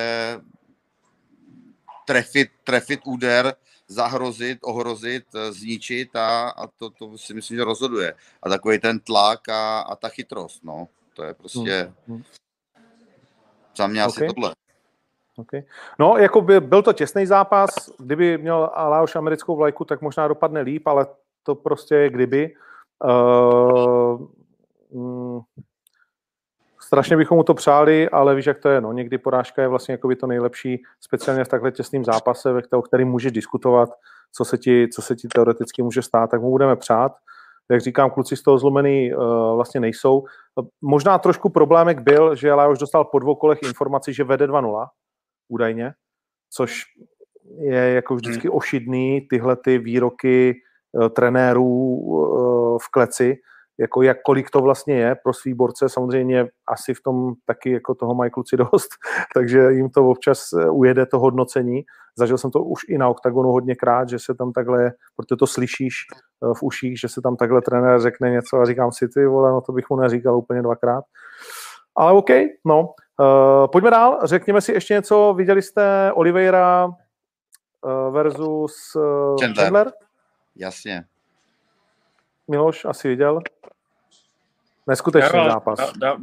D: trefit úder, zahrozit, ohrozit, zničit a to si myslím, že rozhoduje. A takový ten tlak a ta chytrost, no, to je prostě za mě asi tohle.
C: Okay. No, jako byl to těsný zápas, kdyby měl Lajos americkou vlajku, tak možná dopadne líp, ale to prostě je kdyby. strašně bychom mu to přáli, ale víš, jak to je, no. Někdy porážka je vlastně jakoby to nejlepší, speciálně v takhle těsným zápase, o kterém můžeš diskutovat, co se ti teoreticky může stát, tak mu budeme přát. Jak říkám, kluci z toho zlomený vlastně nejsou. Možná trošku problémek byl, že Lajos dostal po 2 kolech informaci, že vede 2-0, údajně, což je jako vždycky ošidný, tyhle ty výroky trenérů v kleci, jako jak kolik to vlastně je pro svý borce, samozřejmě asi v tom taky jako toho mají kluci dost, takže jim to občas ujede to hodnocení. Zažil jsem to už i na OKTAGONu hodněkrát, že se tam takhle, protože to slyšíš v uších, že se tam takhle trenér řekne něco a říkám si, ty vole, no to bych mu neříkal úplně 2krát. Ale OK, no. Pojďme dál, řekněme si ještě něco, viděli jste Oliveira versus Chandler?
D: Jasně.
C: Miloš asi viděl? Neskutečný zápas.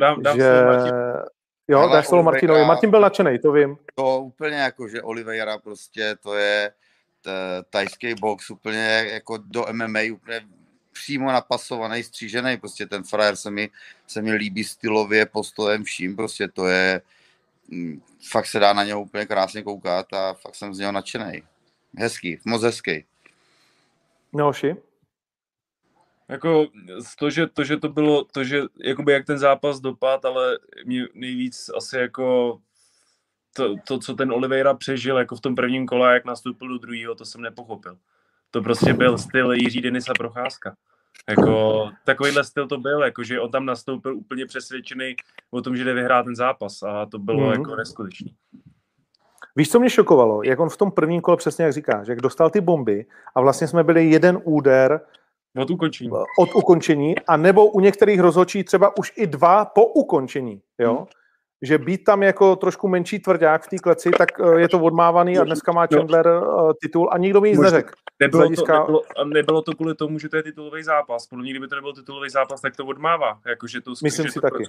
C: Dáš slovo Martinovi. Martin byl nadšenej, to vím.
D: To úplně jako, že Oliveira prostě to je tajský box úplně jako do MMA úplně přímo napasovaný, střížený, prostě ten frajer se mi líbí stylově, postojem, vším, prostě to je, fakt se dá na něho úplně krásně koukat a fakt jsem z něho nadšenej. Hezký, moc hezký.
C: Miloši?
B: Jako to, že to bylo, to, že jakoby jak ten zápas dopad, ale mě nejvíc asi jako to, co ten Oliveira přežil jako v tom prvním kole, jak nastoupil do druhého, to jsem nepochopil. To prostě byl styl Jiří Denisa Procházka. Jako, takovýhle styl to byl, jako, že on tam nastoupil úplně přesvědčený o tom, že jde vyhrát ten zápas a to bylo jako neskutečný.
C: Víš, co mě šokovalo? Jak on v tom prvním kole, přesně jak říkáš, jak dostal ty bomby a vlastně jsme byli jeden úder od ukončení a nebo u některých rozhodčí třeba už i 2 po ukončení, jo? Že být tam jako trošku menší tvrdák v té kleci, tak je to odmávaný a dneska má Chandler titul a nikdo mi nic neřekl.
B: Nebylo to kvůli tomu, že to je titulový zápas. Podle mě, kdyby to nebyl titulový zápas, tak to odmává. Jako, že to
C: myslím si taky.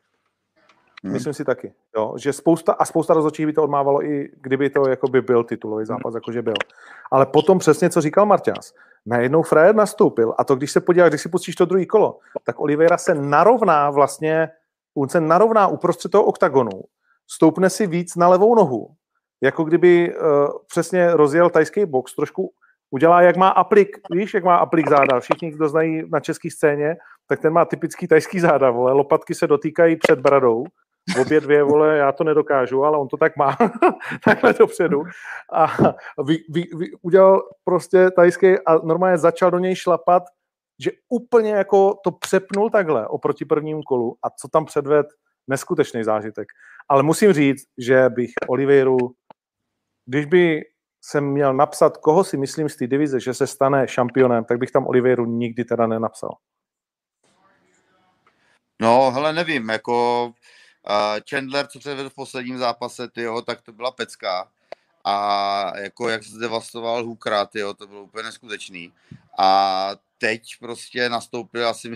C: Myslím si taky, jo, že spousta rozhodčích by to odmávalo, i kdyby to jakoby byl titulový zápas, jakože byl. Ale potom přesně, co říkal Marťas, najednou frajer nastoupil a to, když se podíváš, když si pustíš to druhý kolo, tak Oliveira se narovná vlastně, on se narovná uprostřed toho oktagonu, stoupne si víc na levou nohu, jako kdyby přesně rozjel tajský box, trošku udělá, jak má aplik, víš, jak má aplik záda, všichni, kdo znají na české scéně, tak ten má typický tajský záda, vole, lopatky se dotýkají před bradou, obě dvě, vole, já to nedokážu, ale on to tak má, takhle dopředu. A udělal prostě tajský a normálně začal do něj šlapat, že úplně jako to přepnul takhle oproti prvnímu kolu a co tam předved, neskutečný zážitek. Ale musím říct, že bych Oliveiru, když by jsem měl napsat, koho si myslím z té divize, že se stane šampionem, tak bych tam Oliveiru nikdy teda nenapsal.
D: No, hele, nevím, jako Chandler, co předvedl v posledním zápase, tyjo, tak to byla pecka. A jako jak se zdevastoval Hookera, tyjo, to bylo úplně neskutečný. A teď prostě nastoupil asi...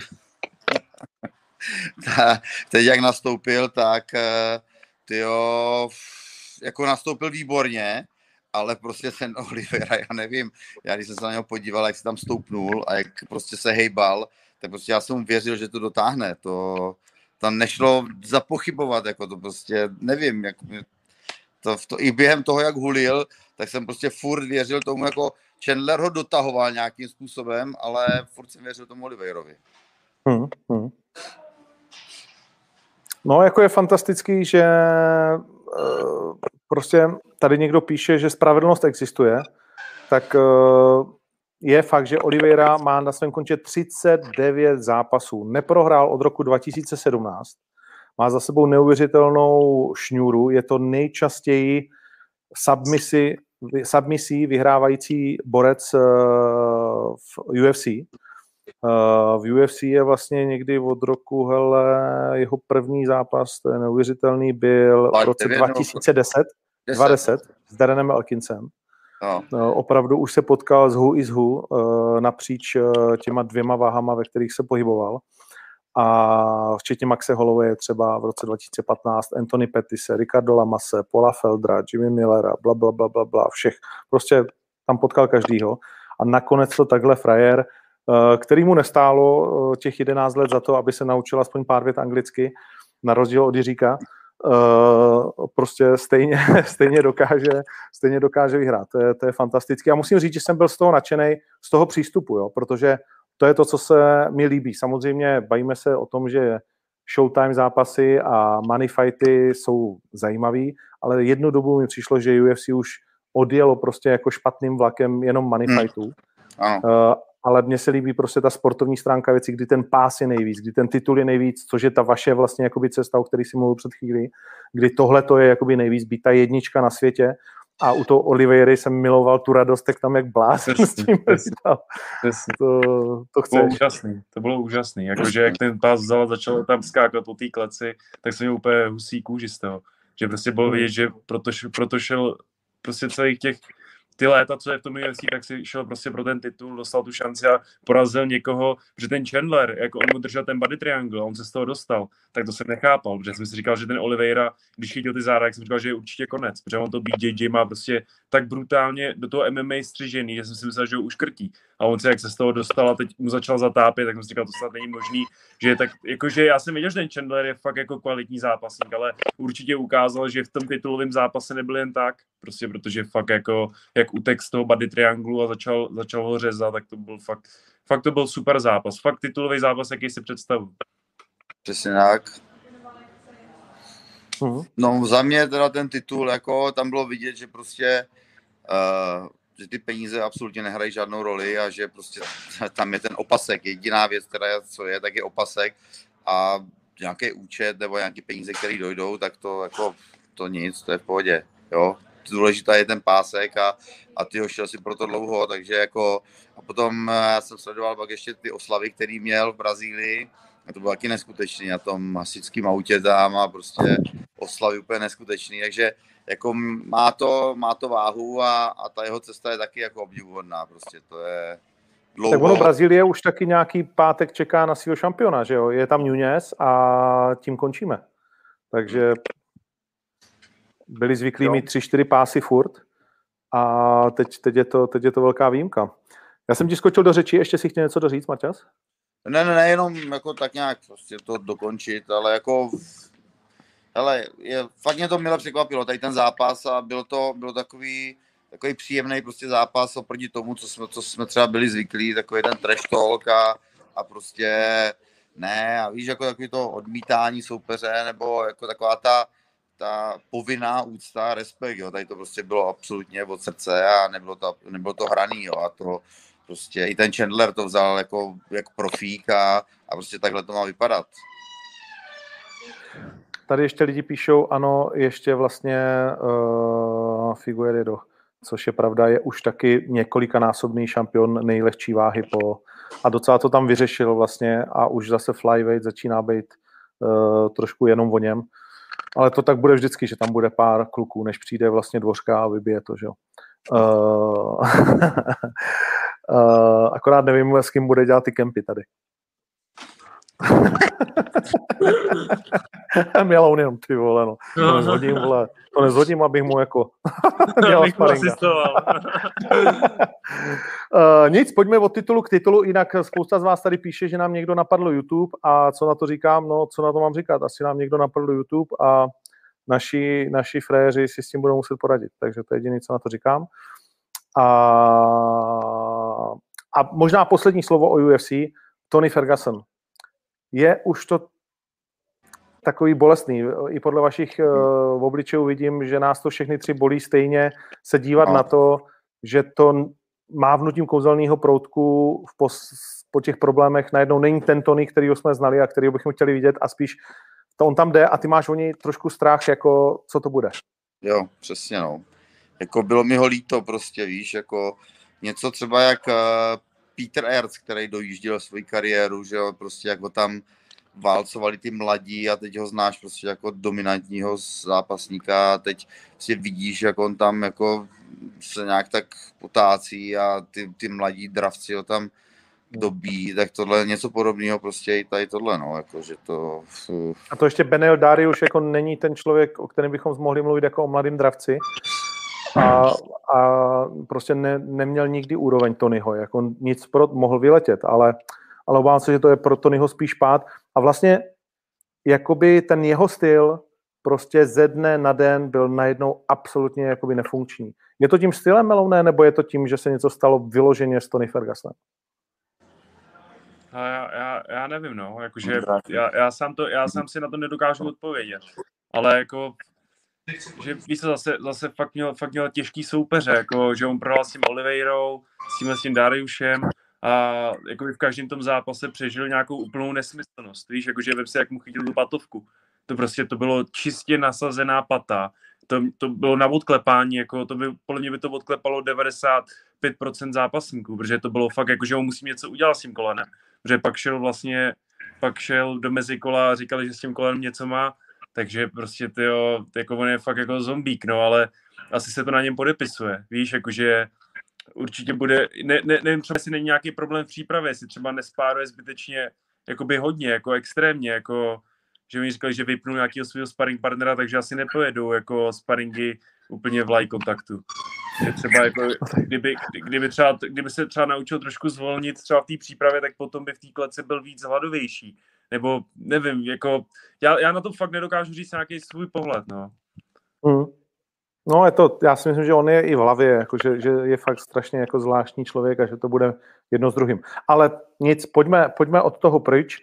D: teď jak nastoupil, tak tyjo, jako nastoupil výborně, ale prostě ten Oliveira, já nevím, já když jsem se na něho podíval, jak se tam stoupnul a jak prostě se hejbal, tak prostě já jsem mu věřil, že to dotáhne, to tam nešlo zapochybovat, jako to prostě, nevím, jak to i během toho, jak hulil, tak jsem prostě furt věřil tomu, jako Chandler ho dotahoval nějakým způsobem, ale furt jsem věřil tomu Oliveirovi.
C: No, jako je fantastický, že prostě tady někdo píše, že spravedlnost existuje, tak je fakt, že Oliveira má na svém konče 39 zápasů. Neprohrál od roku 2017. Má za sebou neuvěřitelnou šňůru. Je to nejčastěji submisí vyhrávající borec v UFC. V UFC je vlastně někdy od roku, hele, jeho první zápas, to je neuvěřitelný, byl v roce 2010 s Darrenem Elkinsem. No. Opravdu už se potkal s who is who napříč těma dvěma váhama, ve kterých se pohyboval. A včetně Maxe Holloway třeba v roce 2015, Anthony Pettise, Ricardo Lamase, Paula Feldra, Jimmy Millera, bla, všech. Prostě tam potkal každýho. A nakonec to takhle frajer, který mu nestálo těch 11 let za to, aby se naučil aspoň pár vět anglicky, na rozdíl od Jiříka, prostě stejně dokáže vyhrát. To je fantastické. A musím říct, že jsem byl z toho nadšenej, z toho přístupu, jo, protože to je to, co se mi líbí. Samozřejmě bavíme se o tom, že showtime zápasy a money fighty jsou zajímavý, ale jednu dobu mi přišlo, že UFC už odjelo prostě jako špatným vlakem jenom money fightů. Ale mně se líbí prostě ta sportovní stránka věcí, kdy ten pás je nejvíc, kdy ten titul je nejvíc, což je ta vaše vlastně jakoby cesta, o který si mluvil před chvílí, kdy tohle to je jakoby nejvíc, být ta jednička na světě. A u toho Oliveiry jsem miloval tu radost, tak tam jak blázen s tím to chceš.
B: To bylo úžasný. Jakože jak ten pás vzal a začal tam skákat po té kleci, tak jsem měl úplně husí kůži z toho. Že prostě bylo vidět, že proto šel prostě celých těch ty léta, co je v tom UFC, tak si šel prostě pro ten titul, dostal tu šanci a porazil někoho, protože ten Chandler, jako on mu držel ten body triangle, on se z toho dostal, tak to jsem nechápal, protože jsem si říkal, že ten Oliveira, když chytil ty záda, tak jsem říkal, že je určitě konec, protože on to BJJ má prostě tak brutálně do toho MMA střižený, že jsem si myslel, že ho uškrtí. A on se, jak se z toho dostal a teď mu začal zatápět, tak jsem si říkal, to snad není možný, že je tak, jakože já jsem věděl, že ten Chandler je fakt jako kvalitní zápasník, ale určitě ukázal, že v tom titulovém zápase nebyl jen tak, prostě protože fakt jako, jak utek z toho body trianglu a začal ho řezat, tak to byl fakt to byl super zápas, fakt titulový zápas, jaký si představu.
D: Přesně tak. No za mě teda ten titul, jako tam bylo vidět, že prostě že ty peníze absolutně nehrají žádnou roli a že prostě tam je ten opasek. Jediná věc, která co je, tak je opasek a nějaký účet nebo nějaké peníze, které dojdou, tak to jako to nic, to je v pohodě, jo. Důležitá je ten pásek a ty ho šel si proto dlouho, takže jako a potom já jsem sledoval pak ještě ty oslavy, který měl v Brazílii a to bylo taky neskutečný na tom hasičském autě tam a prostě oslavy úplně neskutečný, takže jako má to váhu a ta jeho cesta je taky jako obdivuhodná, prostě to je dlouho.
C: Tak ono Brazílie už taky nějaký pátek čeká na svého šampiona, že jo, je tam Nunes a tím končíme, takže byli zvyklí mít 3-4 pásy furt a teď je to velká výjimka. Já jsem ti skočil do řeči, ještě si chtěl něco doříct, Maťas?
D: Ne, jenom jako tak nějak prostě to dokončit, ale jako hele, fakt mě to mile překvapilo, tady ten zápas a byl takový příjemný prostě zápas oproti tomu, co jsme třeba byli zvyklí, takový ten trash talk a prostě ne, a víš, jako takový to odmítání soupeře, nebo jako taková ta povinná úcta, respekt, jo, tady to prostě bylo absolutně od srdce a nebylo to hraný, jo, a to prostě i ten Chandler to vzal jako profík a prostě takhle to má vypadat.
C: Tady ještě lidi píšou, ano, ještě vlastně Figueiredo, což je pravda, je už taky několikanásobný šampion nejlehčí váhy a docela to tam vyřešil vlastně a už zase flyweight začíná být trošku jenom o něm. Ale to tak bude vždycky, že tam bude pár kluků, než přijde vlastně Dvořka a vybije to, že jo. Akorát nevím, s kým bude dělat ty kempy tady. Měloun jenom, ty vole, no. To nezhodím, abych mu jako dělal sparinga. Nic, pojďme od titulu k titulu, jinak spousta z vás tady píše, že nám někdo napadl YouTube a co na to říkám, no co na to mám říkat, asi nám někdo napadl YouTube a naši fréři si s tím budou muset poradit, takže to je jediné, co na to říkám. A možná poslední slovo o UFC, Tony Ferguson. Je už to takový bolestný. I podle vašich obličejů vidím, že nás to všechny tři bolí stejně se dívat na to, že to mávnutím kouzelného proutku po těch problémech najednou není ten Tony, kterýho jsme znali a kterýho bychom chtěli vidět a spíš to on tam jde a ty máš o něj trošku strach, jako co to bude.
D: Jo, přesně, no. Jako bylo mi ho líto prostě, víš, jako něco třeba jak Peter Aerts, který dojížděl svoji kariéru, že jo, prostě jako tam válcovali ty mladí a teď ho znáš prostě jako dominantního zápasníka a teď si vidíš, jak on tam jako se nějak tak potácí a ty mladí dravci ho tam dobí, tak tohle je něco podobného prostě i tady tohle, no, jakože to...
C: A to ještě Beneil Dariush jako není ten člověk, o kterém bychom mohli mluvit jako o mladým dravci a prostě neměl nikdy úroveň Tonyho, jako mohl vyletět, ale obávám se, že to je pro Tonyho spíš pád a vlastně jakoby ten jeho styl prostě ze dne na den byl najednou absolutně jakoby nefunkční. Je to tím stylem Malone, nebo je to tím, že se něco stalo vyloženě s Tony Fergusonem?
B: Já nevím, no, jakože já sám si na to nedokážu odpovědět, ale jako, že víš co, zase fakt měl těžký soupeře, jako, že on prohrál s tím Oliveirou, s tím Dariušem a jako v každém tom zápase přežil nějakou úplnou nesmyslnost, víš, jakože vem si, jak mu chytil tu patovku. To bylo čistě nasazená pata, to bylo na odklepání, jako podle mě by to odklepalo 95% zápasníků, protože to bylo fakt jako, že on musí něco udělat s tím kolenem, protože pak šel do mezikola a říkali, že s tím kolenem něco má, takže prostě jako on je fakt jako zombík, no, ale asi se to na něm podepisuje, víš, jakože určitě bude, nevím, třeba jestli není nějaký problém v přípravě, jestli třeba nespáruje zbytečně jakoby hodně, jako extrémně, jako že mi říkali, že vypnu nějakého svého sparring partnera, takže asi nepojedou jako sparingy úplně v live kontaktu. Že třeba jako, kdyby se třeba naučil trošku zvolnit třeba v té přípravě, tak potom by v té klece byl víc hladovější. Nebo nevím, jako já na to fakt nedokážu říct nějaký svůj pohled, no.
C: No, já si myslím, že on je i v hlavě, jako, že je fakt strašně jako zvláštní člověk a že to bude jedno s druhým. Ale nic, pojďme od toho pryč.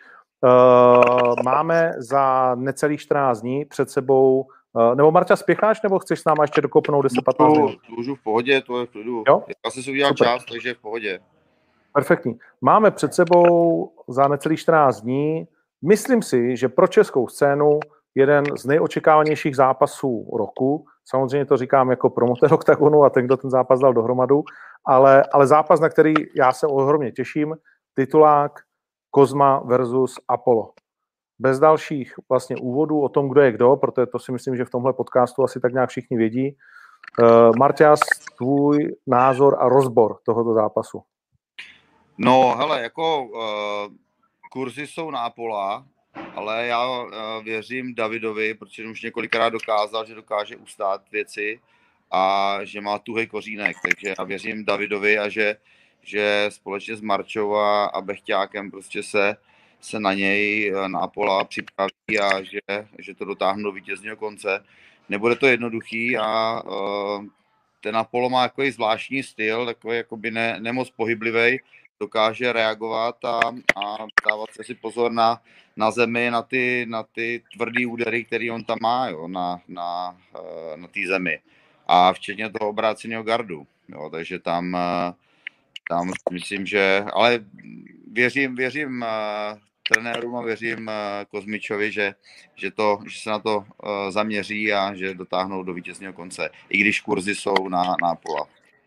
C: Máme za necelých 14 dní před sebou, nebo Marťa, spěcháš, nebo chceš s náma ještě dokopnout 10-15 minut?
D: Můžu v pohodě, to je v klidu. Já jsem si udělal čas, takže v pohodě.
C: Perfektní. Máme před sebou za necelých 14 dní, myslím si, že pro českou scénu jeden z nejočekávanějších zápasů roku. Samozřejmě to říkám jako promotor Oktagonu a ten, kdo ten zápas dal dohromadu, ale zápas, na který já se ohromně těším, titulák Kozma versus Apollo. Bez dalších vlastně úvodů o tom, kdo je kdo, protože to si myslím, že v tomhle podcastu asi tak nějak všichni vědí. Marťas, tvůj názor a rozbor tohoto zápasu.
D: No, hele, jako kurzy jsou na Apolla, ale já věřím Davidovi, protože už několikrát dokázal, že dokáže ustát věci a že má tuhej kořínek, takže já věřím Davidovi a že společně s Marčou a Bechťákem prostě se na něj, na Apolla připraví a že to dotáhnou do vítězného konce. Nebude to jednoduchý a ten Apollo má takový zvláštní styl, takový jakoby nemoc pohyblivý, dokáže reagovat a dávat si pozor na zemi, na ty tvrdý údery, který on tam má, jo, na té zemi. A včetně toho obráceného gardu. Jo, takže tam myslím, že... Ale věřím trenérům a věřím Kozmičovi, že se na to zaměří a že dotáhnou do vítězného konce. I když kurzy jsou na Apolla.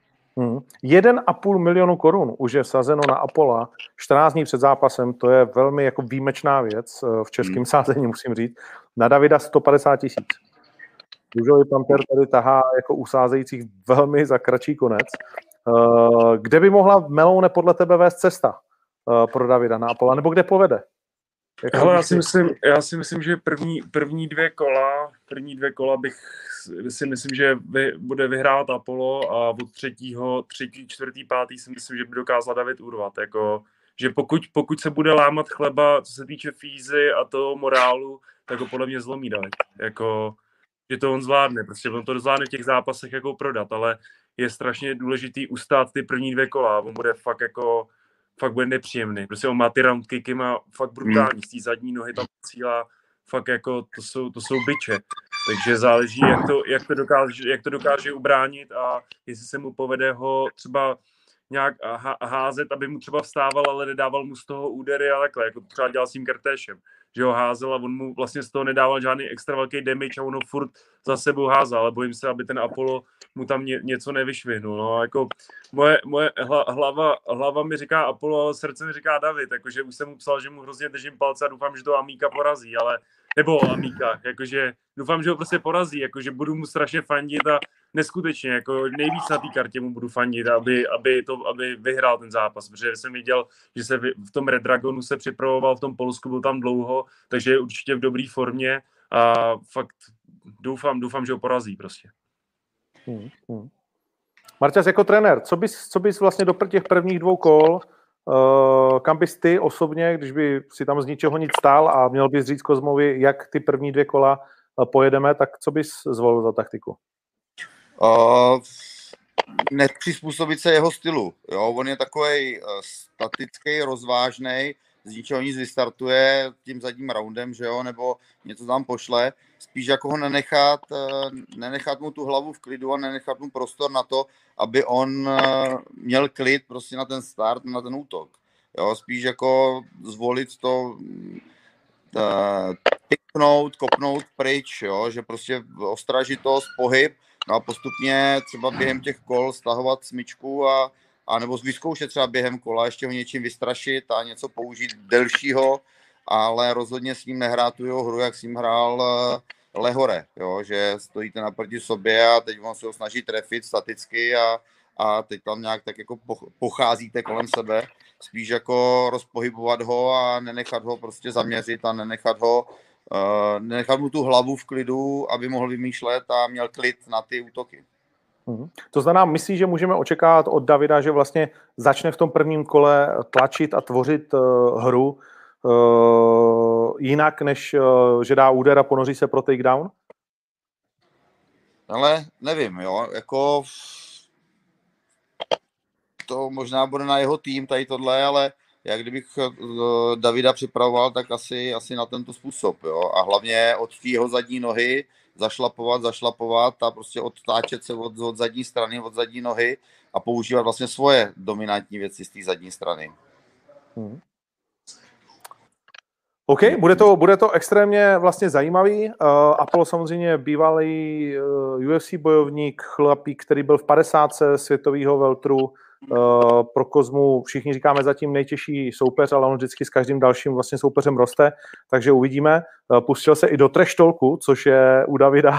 C: 1,5 milionu korun už je sazeno na Apolla 14 dní před zápasem, to je velmi jako výjimečná věc v českém sázení, musím říct. Na Davida 150 000. Růžový Panter tady tahá jako usázejících velmi za kratší konec. Kde by mohla Malone podle tebe vést cesta pro Davida na Apolla, nebo kde povede?
B: Hele, já si myslím, že první dvě kola si myslím, že bude vyhrát Apollo a od třetí, čtvrtý, pátý si myslím, že by dokázal David urvat. Jako, že pokud se bude lámat chleba, co se týče fízy a toho morálu, tak ho podle mě zlomí David. Jako, že to on zvládne, prostě on to zvládne v těch zápasech jako prodat, ale je strašně důležitý ustát ty první dvě kola. On bude fakt bude nepříjemný. Prostě on má ty round kicky, má fakt brutální, z té zadní nohy tam cílá, fakt jako to jsou biče. Takže záleží, jak to dokáže ubránit a jestli se mu povede ho třeba nějak házet, aby mu třeba vstával, ale nedával mu z toho údery a takhle, jako to třeba dělal s tím Kertéšem, že ho házel a on mu vlastně z toho nedával žádný extra velký damage a on ho furt za sebou házal, ale bojím se, aby ten Apollo mu tam něco nevyšvihnul. No, jako moje hlava mi říká Apollo, ale srdce mi říká David, jakože už jsem mu psal, že mu hrozně držím palce a doufám, že to Amíka porazí, nebo Amíka, jakože doufám, že ho prostě porazí, jakože budu mu strašně fandit a neskutečně, jako nejvíc na té kartě mu budu fandit, aby vyhrál ten zápas, protože jsem viděl, že se v tom Red Dragonu se připravoval, v tom Polsku byl tam dlouho, takže je určitě v dobré formě a fakt doufám, že ho porazí prostě.
C: Marťas, jako trenér, co bys vlastně do těch prvních dvou kol kam bys ty osobně, když by si tam z ničeho nic stál a měl bys říct Kozmovi, jak ty první 2 kola pojedeme, tak co bys zvolil za taktiku?
D: Nepřizpůsobit se jeho stylu. Jo? On je takovej statický, rozvážnej, z ničeho nic vystartuje tím zadním roundem, že jo, nebo něco tam pošle. Spíš jako ho nenechat mu tu hlavu v klidu a nenechat mu prostor na to, aby on měl klid prostě na ten start, na ten útok. Jo? Spíš jako zvolit to, piknout, kopnout pryč, jo? Že prostě ostražitost, pohyb, no a postupně třeba během těch kol stahovat smyčku a nebo vyzkoušet třeba během kola ještě ho něčím vystrašit a něco použít delšího, ale rozhodně s ním nehrát tu jeho hru, jak s ním hrál Lehore, jo? Že stojíte naproti sobě a teď on se ho snaží trefit staticky a teď tam nějak tak jako pocházíte kolem sebe, spíš jako rozpohybovat ho a nenechat ho prostě zaměřit a nenechat mu tu hlavu v klidu, aby mohl vymýšlet a měl klid na ty útoky.
C: To znamená, myslíš, že můžeme očekávat od Davida, že vlastně začne v tom prvním kole tlačit a tvořit hru jinak, než že dá úder a ponoří se pro takedown?
D: Ale nevím, jo, jako to možná bude na jeho tým tady tohle, ale jak kdybych Davida připravoval, tak asi na tento způsob, jo, a hlavně od té jeho zadní nohy zašlapovat a prostě odtáčet se od zadní strany, od zadní nohy a používat vlastně svoje dominantní věci z té zadní strany.
C: OK, bude to extrémně vlastně zajímavý. Apollo samozřejmě bývalý UFC bojovník, chlapík, který byl v 50 světového welteru. Pro Kozmu všichni říkáme zatím nejtěžší soupeř, ale on vždycky s každým dalším vlastně soupeřem roste, takže uvidíme. Pustil se i do trash talku, což je u Davida.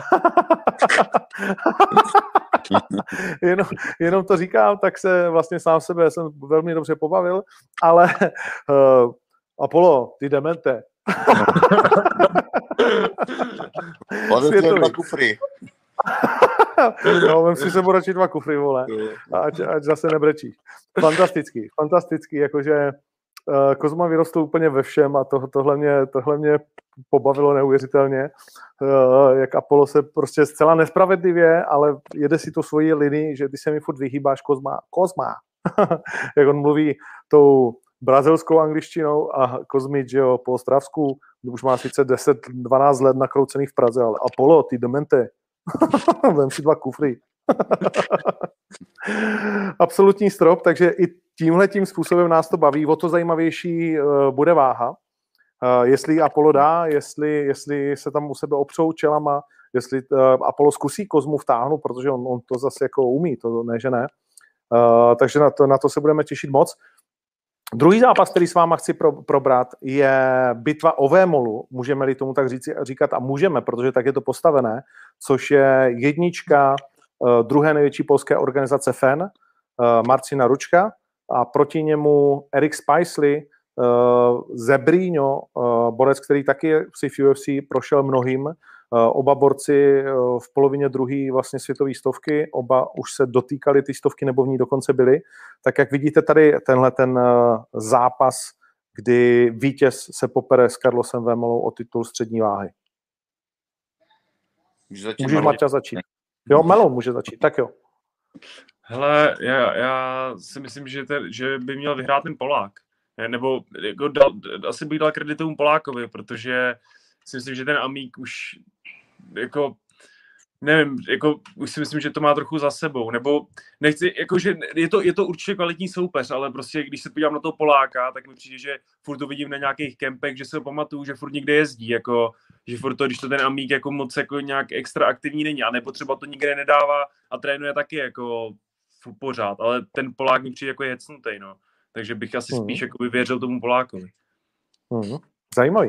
C: jenom to říkám, tak se vlastně sám sebe jsem velmi dobře pobavil, ale Apollo, ty demente.
D: Světový. Kufry.
C: No, vem si sebou radši 2 kufry, vole. Ať zase nebrečíš. Fantastický, jakože Kozma vyrostl úplně ve všem a tohle mě pobavilo neuvěřitelně. Jak Apollo se prostě zcela nespravedlivě, ale jede si tu svoji linii, že ty se mi furt vyhýbáš, Kozma. Jak on mluví tou brazilskou angličtinou a Kozmič, že jo, po ostravsku, už má sice 10-12 let nakroucených v Praze, ale Apollo, ty demente. Vem si 2 kufry. Absolutní strop, takže i tímhletím způsobem nás to baví. O to zajímavější bude váha. Jestli Apollo dá, jestli se tam u sebe opřou čelama, jestli Apollo zkusí Kozmu vtáhnout, protože on to zase jako umí, to ne, že ne. Takže na to se budeme těšit moc. Druhý zápas, který s váma chci probrat, je bitva o Vémolu, můžeme-li tomu tak říkat, a můžeme, protože tak je to postavené, což je jednička druhé největší polské organizace FEN, Marcina Ručka, a proti němu Eric Spicely, Zebrino, borec, který taky si v UFC prošel mnohým. Oba borci v polovině druhé vlastně světové stovky, oba už se dotýkali ty stovky, nebo v ní dokonce byli. Tak jak vidíte tady ten zápas, kdy vítěz se popere s Carlosem Vémolou o titul střední váhy. Můžeš, Marťa, začít. Jo, Melo může začít, tak jo.
B: Hele, já si myslím, že by měl vyhrát ten Polák. Nebo jako asi bych dal kredit tomu Polákovi, protože si myslím, že ten Amík už jako nevím, jako už si myslím, že to má trochu za sebou, nebo nechci, jakože je to určitě kvalitní soupeř, ale prostě když se podívám na toho Poláka, tak mi přijde, že furt to vidím na nějakých kempech, že se ho pamatuju, že furt někde jezdí, jako, že furt to, když to ten Amík jako moc jako nějak extra aktivní není a nebo třeba to nikde nedává a trénuje taky jako pořád, ale ten Polák mi přijde jako je hecnutej, no. Takže bych asi spíš jako věřil tomu Polákovi.
C: Zajímavý.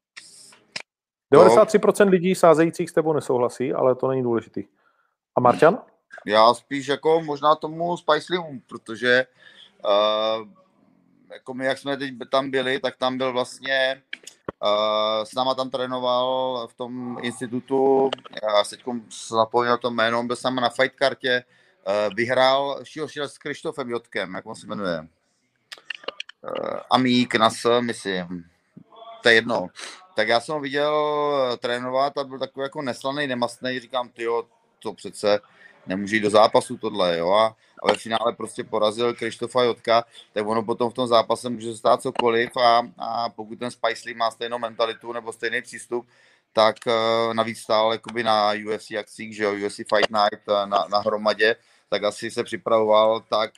C: 93% lidí sázejících s tebou nesouhlasí, ale to není důležitý. A Marťan?
D: Já spíš jako možná tomu Spicelymu, protože jako my, jak jsme teď tam byli, tak tam byl vlastně s náma tam trénoval v tom institutu, já se teď zapomněl to jméno, byl sám na fight kartě, vyhrál, šel s Krištofem Jotkem, jak on se jmenuje. Amík, myslím. To je jedno. Tak já jsem ho viděl trénovat a byl takový jako neslaný, nemastný. Říkám, tyjo, to přece nemůže jít do zápasu tohle, jo. A ve finále prostě porazil Krištofa Jotka, tak ono potom v tom zápase může se stát cokoliv a pokud ten Spicely má stejnou mentalitu nebo stejný přístup, tak navíc stál jakoby na UFC akcích, že jo, UFC Fight Night na hromadě, tak asi se připravoval tak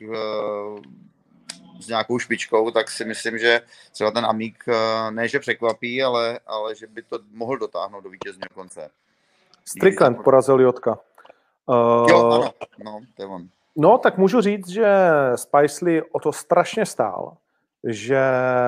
D: s nějakou špičkou, tak si myslím, že třeba ten Amík ne, že překvapí, ale že by to mohl dotáhnout do vítězného konce.
C: Strickland porazil Jotka.
D: Jo, ano, no, to je on.
C: No, tak můžu říct, že Spicely o to strašně stál, že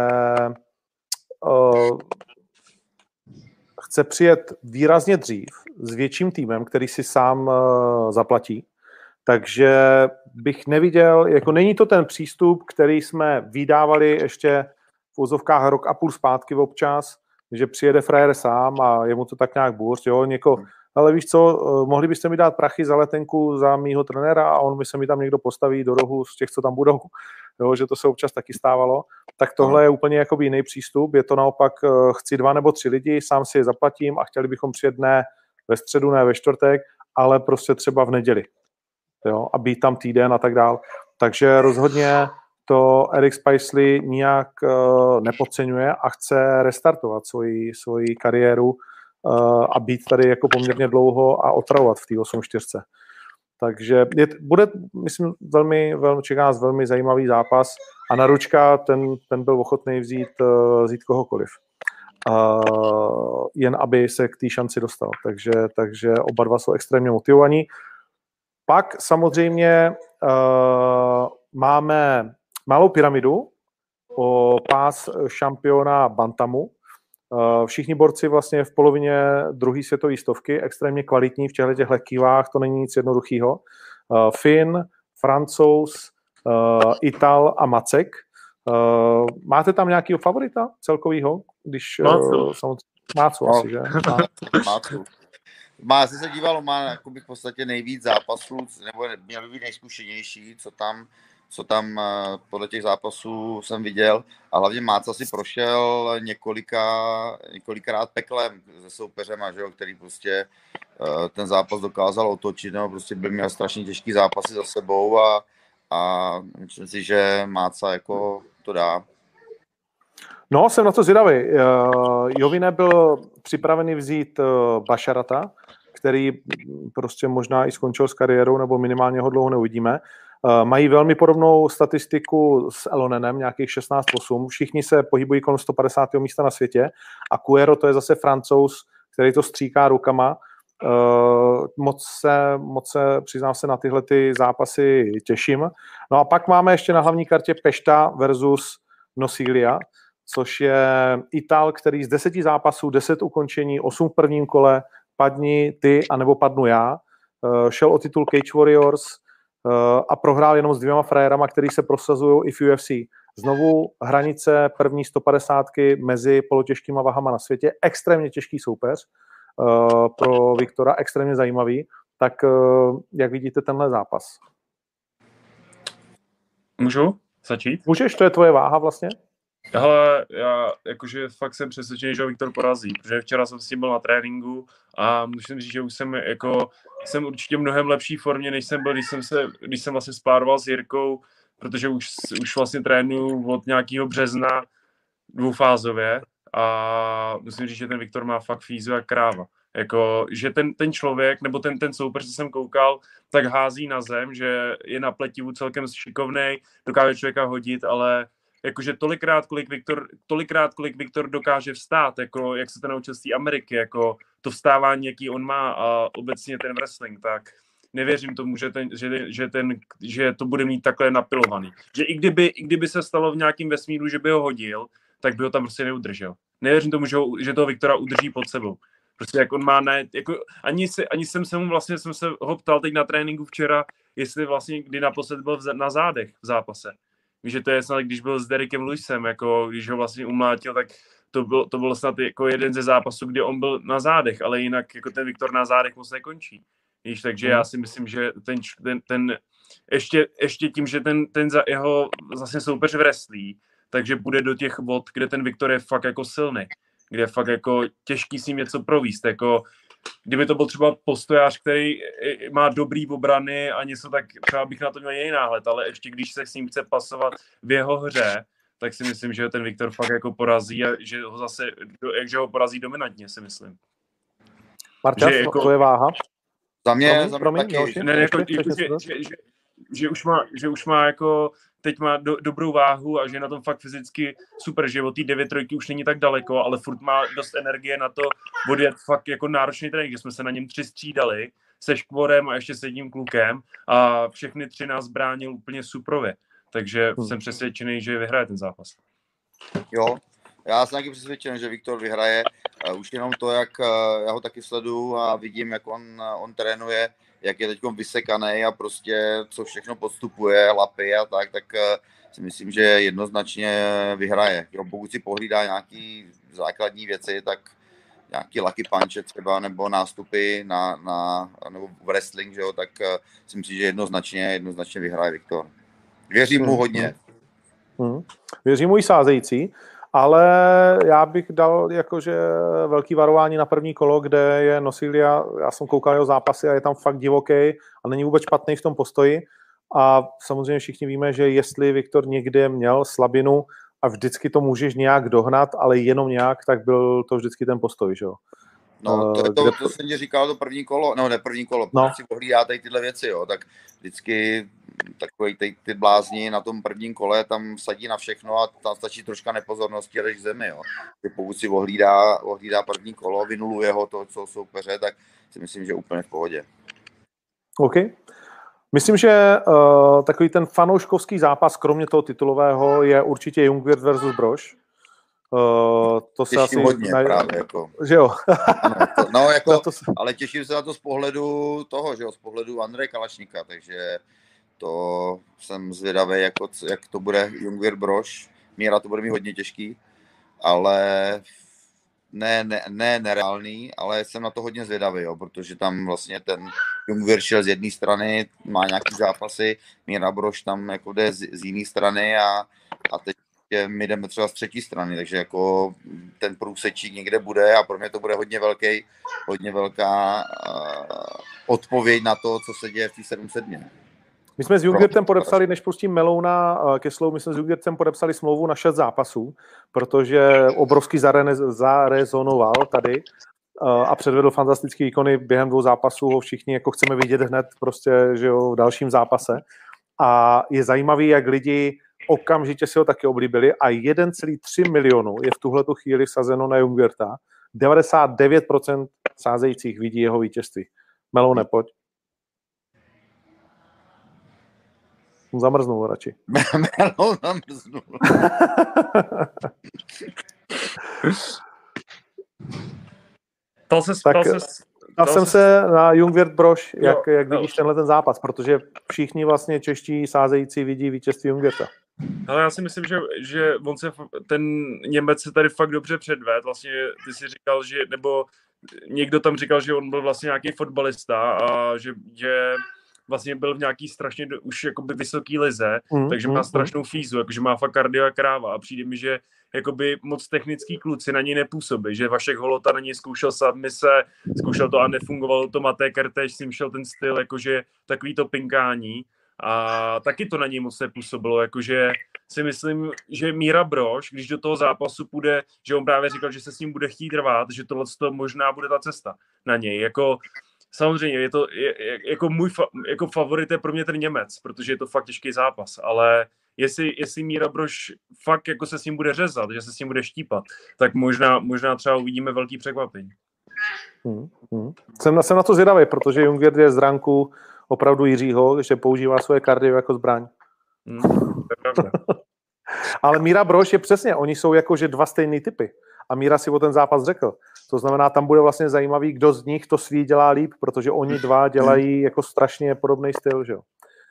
C: chce přijet výrazně dřív s větším týmem, který si sám zaplatí. Takže bych neviděl, jako není to ten přístup, který jsme vydávali ještě v úzovkách rok a půl zpátky občas, že přijede frajer sám a je mu to tak nějak burst, jo, ale víš co, mohli byste mi dát prachy za letenku za mýho trenéra a on mi se mi tam někdo postaví do rohu z těch, co tam budou, jo, že to se občas taky stávalo, tak tohle je úplně jakoby jiný přístup, je to naopak, chci 2 nebo 3 lidi, sám si je zaplatím a chtěli bychom přijet ne ve středu, ne ve čtvrtek, ale prostě třeba v neděli, jo, a být tam týden a tak dál. Takže rozhodně to Eric Spicely nijak nepodceňuje a chce restartovat svoji kariéru a být tady jako poměrně dlouho a otravovat v té 8-4. Takže bude, myslím, čeká nás velmi zajímavý zápas a Naručka, ten byl ochotný vzít kohokoliv. Jen aby se k té šanci dostal. Takže oba dva jsou extrémně motivovaní. Pak samozřejmě máme malou pyramidu o pás šampiona Bantamu. Všichni borci vlastně v polovině druhé světové stovky, extrémně kvalitní v těchto lehkých váhách, to není nic jednoduchého. Fin, Francouz, Ital a Macek. Máte tam nějakého favorita celkovýho? Když Mácu asi, že?
D: Mácu. Já jsem se díval, má jakoby v podstatě nejvíc zápasů, nebo měl by být nejzkušenější, co tam podle těch zápasů jsem viděl. A hlavně Máca si prošel několikrát peklem se soupeřem, že jo, který prostě ten zápas dokázal otočit, nebo prostě byl měl strašně těžký zápasy za sebou a myslím si, že Máca jako to dá.
C: No, jsem na to zvědavý. Jovine byl připravený vzít Basharata, který prostě možná i skončil s kariérou, nebo minimálně ho dlouho neuvidíme. Mají velmi podobnou statistiku s Elonenem, nějakých 16-8. Všichni se pohybují kolem 150. místa na světě a Cuero to je zase Francouz, který to stříká rukama. Moc se, přiznám se, na tyhle ty zápasy těším. No a pak máme ještě na hlavní kartě Pešta versus Nosilia, což je Ital, který z 10 zápasů, 10 ukončení, 8 v prvním kole, padni ty, anebo padnu já, šel o titul Cage Warriors a prohrál jenom s 2 frajerama, který se prosazují i v UFC. Znovu hranice první 150 mezi polotěžkýma vahama na světě, extrémně těžký soupeř pro Viktora, extrémně zajímavý. Tak jak vidíte tenhle zápas?
B: Můžu začít?
C: Můžeš, to je tvoje váha vlastně?
B: Hele, já jakože fakt jsem přesvědčený, že ho Viktor porazí, protože včera jsem s tím byl na tréninku a musím říct, že už jsem určitě v mnohem lepší formě, než jsem byl, když jsem vlastně spároval s Jirkou, protože už vlastně trénuju od nějakého března dvoufázově a musím říct, že ten Viktor má fakt fízu jak kráva. Jako, že ten člověk, nebo ten soupeř, co jsem koukal, tak hází na zem, že je na pletivu celkem šikovnej, dokáže člověka hodit, ale jakože tolikrát, kolik Viktor dokáže vstát, jako jak se to naučil z té Ameriky, jako to vstávání, jaký on má a obecně ten wrestling, tak nevěřím tomu, že to bude mít takhle napilovaný. Že i kdyby se stalo v nějakém vesmíru, že by ho hodil, tak by ho tam prostě neudržel. Nevěřím tomu, že toho Viktora udrží pod sebou. Prostě jak on má ani jsem se ho ptal teď na tréninku včera, jestli vlastně kdy naposled byl na zádech v zápase. Víš, že to je snad, když byl s Derekem Lewisem, jako když ho vlastně umlátil, tak to bylo snad jako jeden ze zápasů, kdy on byl na zádech, ale jinak jako ten Viktor na zádech moc nekončí. Víš, takže já si myslím, že ten ještě tím, že ten za jeho vlastně soupeř wrestlí, takže bude do těch vod, kde ten Viktor je fakt jako silný, kde je fakt jako těžký s ním něco províst, jako kdyby to byl třeba postojář, který má dobrý obrany a něco, tak třeba bych na to měl jiný náhled, ale ještě když se s ním chce pasovat v jeho hře, tak si myslím, že ten Viktor fakt jako porazí a že ho zase, že ho porazí dominantně, si myslím.
C: Marta, jako, to je váha?
D: Za mě
C: taky.
B: Ne, jako, že už má jako, teď má dobrou váhu a že je na tom fakt fyzicky super, že od té 9-3 už není tak daleko, ale furt má dost energie na to odjet fakt jako náročný trénink, že jsme se na něm 3 střídali se Škvorem a ještě s jedním klukem a všechny 3 nás bránil úplně suprově. Takže jsem přesvědčený, že vyhraje ten zápas.
D: Jo, já jsem taky přesvědčený, že Viktor vyhraje. Už jenom to, jak já ho taky sleduju a vidím, jak on trénuje, jak je teď vysekaný a prostě co všechno podstupuje, lapy a tak si myslím, že jednoznačně vyhraje. Jo, pokud si pohlídá nějaký základní věci, tak nějaký lucky punche třeba, nebo nástupy nebo wrestling, že jo, tak si myslím, že jednoznačně vyhraje Viktor. Věřím mu hodně.
C: Věřím mu i sázející, ale já bych dal jakože velký varování na první kolo, kde je Nosilia, já jsem koukal jeho zápasy a je tam fakt divoký a není vůbec špatný v tom postoji a samozřejmě všichni víme, že jestli Viktor někde měl slabinu a vždycky to můžeš nějak dohnat, ale jenom nějak, tak byl to vždycky ten postoj, že jo.
D: No, to jsem ti říkal to první kolo, no ne první kolo, protože si pohlídáte tyhle věci, jo, tak vždycky takový ty blázni na tom prvním kole tam sadí na všechno a tam stačí troška nepozornosti a jdeš k zemi, jo. Pokud si ohlídá první kolo, vynuluje ho to, co soupeře, tak si myslím, že úplně v pohodě.
C: OK. Myslím, že takový ten fanouškovský zápas, kromě toho titulového, je určitě Jungwirth versus Brož. To se asi
D: hodně právě, jako.
C: Že jo.
D: Ano, ale těším se na to z pohledu toho, že jo, z pohledu Andreje Kalašníka, takže to jsem zvědavý, jak to bude Jungwirth Brož. Míra to bude mít hodně těžký, ale nereálný, ale jsem na to hodně zvědavý, jo, protože tam vlastně ten Jungwirth šel z jedné strany, má nějaký zápasy, Míra Brož tam jako jde z jiné strany a teď my jdeme třeba z třetí strany, takže jako ten průsečík někde bude a pro mě to bude hodně velká odpověď na to, co se děje v té 700 dně.
C: My jsme s Jungwirthem podepsali, než pustím Melouna ke slovu, my jsme s Jungwirthem podepsali smlouvu na 6 zápasů, protože obrovský zarezonoval tady a předvedl fantastické výkony během 2 zápasů, ho všichni jako chceme vidět hned prostě, že jo, v dalším zápase. A je zajímavý, jak lidi okamžitě si ho taky oblíbili a 1,3 milionu je v tuhletu chvíli vsazeno na Jungwirtha. 99% sázejících vidí jeho vítězství. Meloune, pojď. Zamrznul radši.
D: Meloun zamrznul.
C: Ptal jsem se na Jungwirth Brož, jak vidíš tenhle ten zápas, protože všichni vlastně čeští sázející vidí vítězství Jungwirtha.
B: Ale já si myslím, že ten Němec se tady fakt dobře předvedl. Vlastně ty si říkal, že, nebo někdo tam říkal, že on byl vlastně nějaký fotbalista a že vlastně byl v nějaký strašně už jakoby vysoký lize, takže má strašnou fízu, jakože má fakt kardio a kráva a přijde mi, že jakoby moc technický kluci na něj nepůsobí, že Vašek Holota na něj zkoušel submise, zkoušel to a nefungovalo to, Matej Kertéš s ním šel ten styl, jakože takový to pinkání a taky to na něj moc nepůsobilo, jakože si myslím, že Míra Brož, když do toho zápasu půjde, že on právě říkal, že se s ním bude chtít rvát, že tohle možná bude ta cesta na něj, jako samozřejmě, je to jako můj jako favorit je pro mě ten Němec, protože je to fakt těžký zápas, ale jestli Míra Brož fakt jako se s ním bude řezat, že se s ním bude štípat, tak možná třeba uvidíme velký překvapení.
C: Jsem na to zvědavý, protože Jungwirth je z ranku opravdu Jiřího, že používá svoje kardio jako zbraň.
B: To je pravda.
C: Ale Míra Brož je přesně, oni jsou jakože 2 stejný typy. A Míra si o ten zápas řekl. To znamená, tam bude vlastně zajímavý, kdo z nich to svý dělá líp, protože oni 2 dělají jako strašně podobný styl, že jo.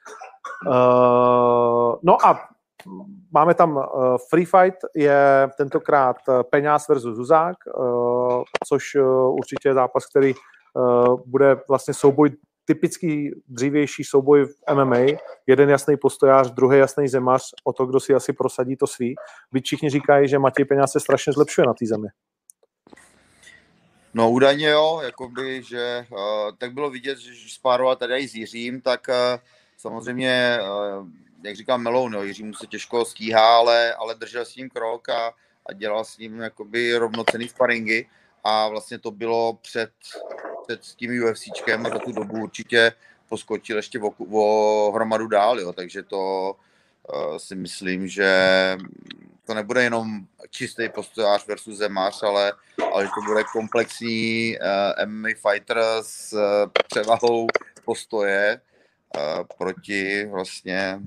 C: No a máme tam free fight, je tentokrát Peňáz versus Zuzák, což určitě je zápas, který bude vlastně souboj typický dřívější souboj v MMA, jeden jasný postojář, druhý jasný zemař, o to, kdo si asi prosadí to svý. Byť všichni říkají, že Matěj Peňáz se strašně zlepšuje na té zemi.
D: No údajně jo, jakoby, že tak bylo vidět, že spároval tady i s Jiřím, tak samozřejmě, jak říkal Meloun, jo, Jiří mu se těžko stíhá, ale držel s ním krok a dělal s ním jakoby rovnocenný sparingy a vlastně to bylo před tím UFCčkem a za tu dobu určitě poskočil ještě o hromadu dál, jo, takže to si myslím, že to nebude jenom čistý postojář versus zemař, ale že to bude komplexní MMA fighter s převahou postoje proti vlastně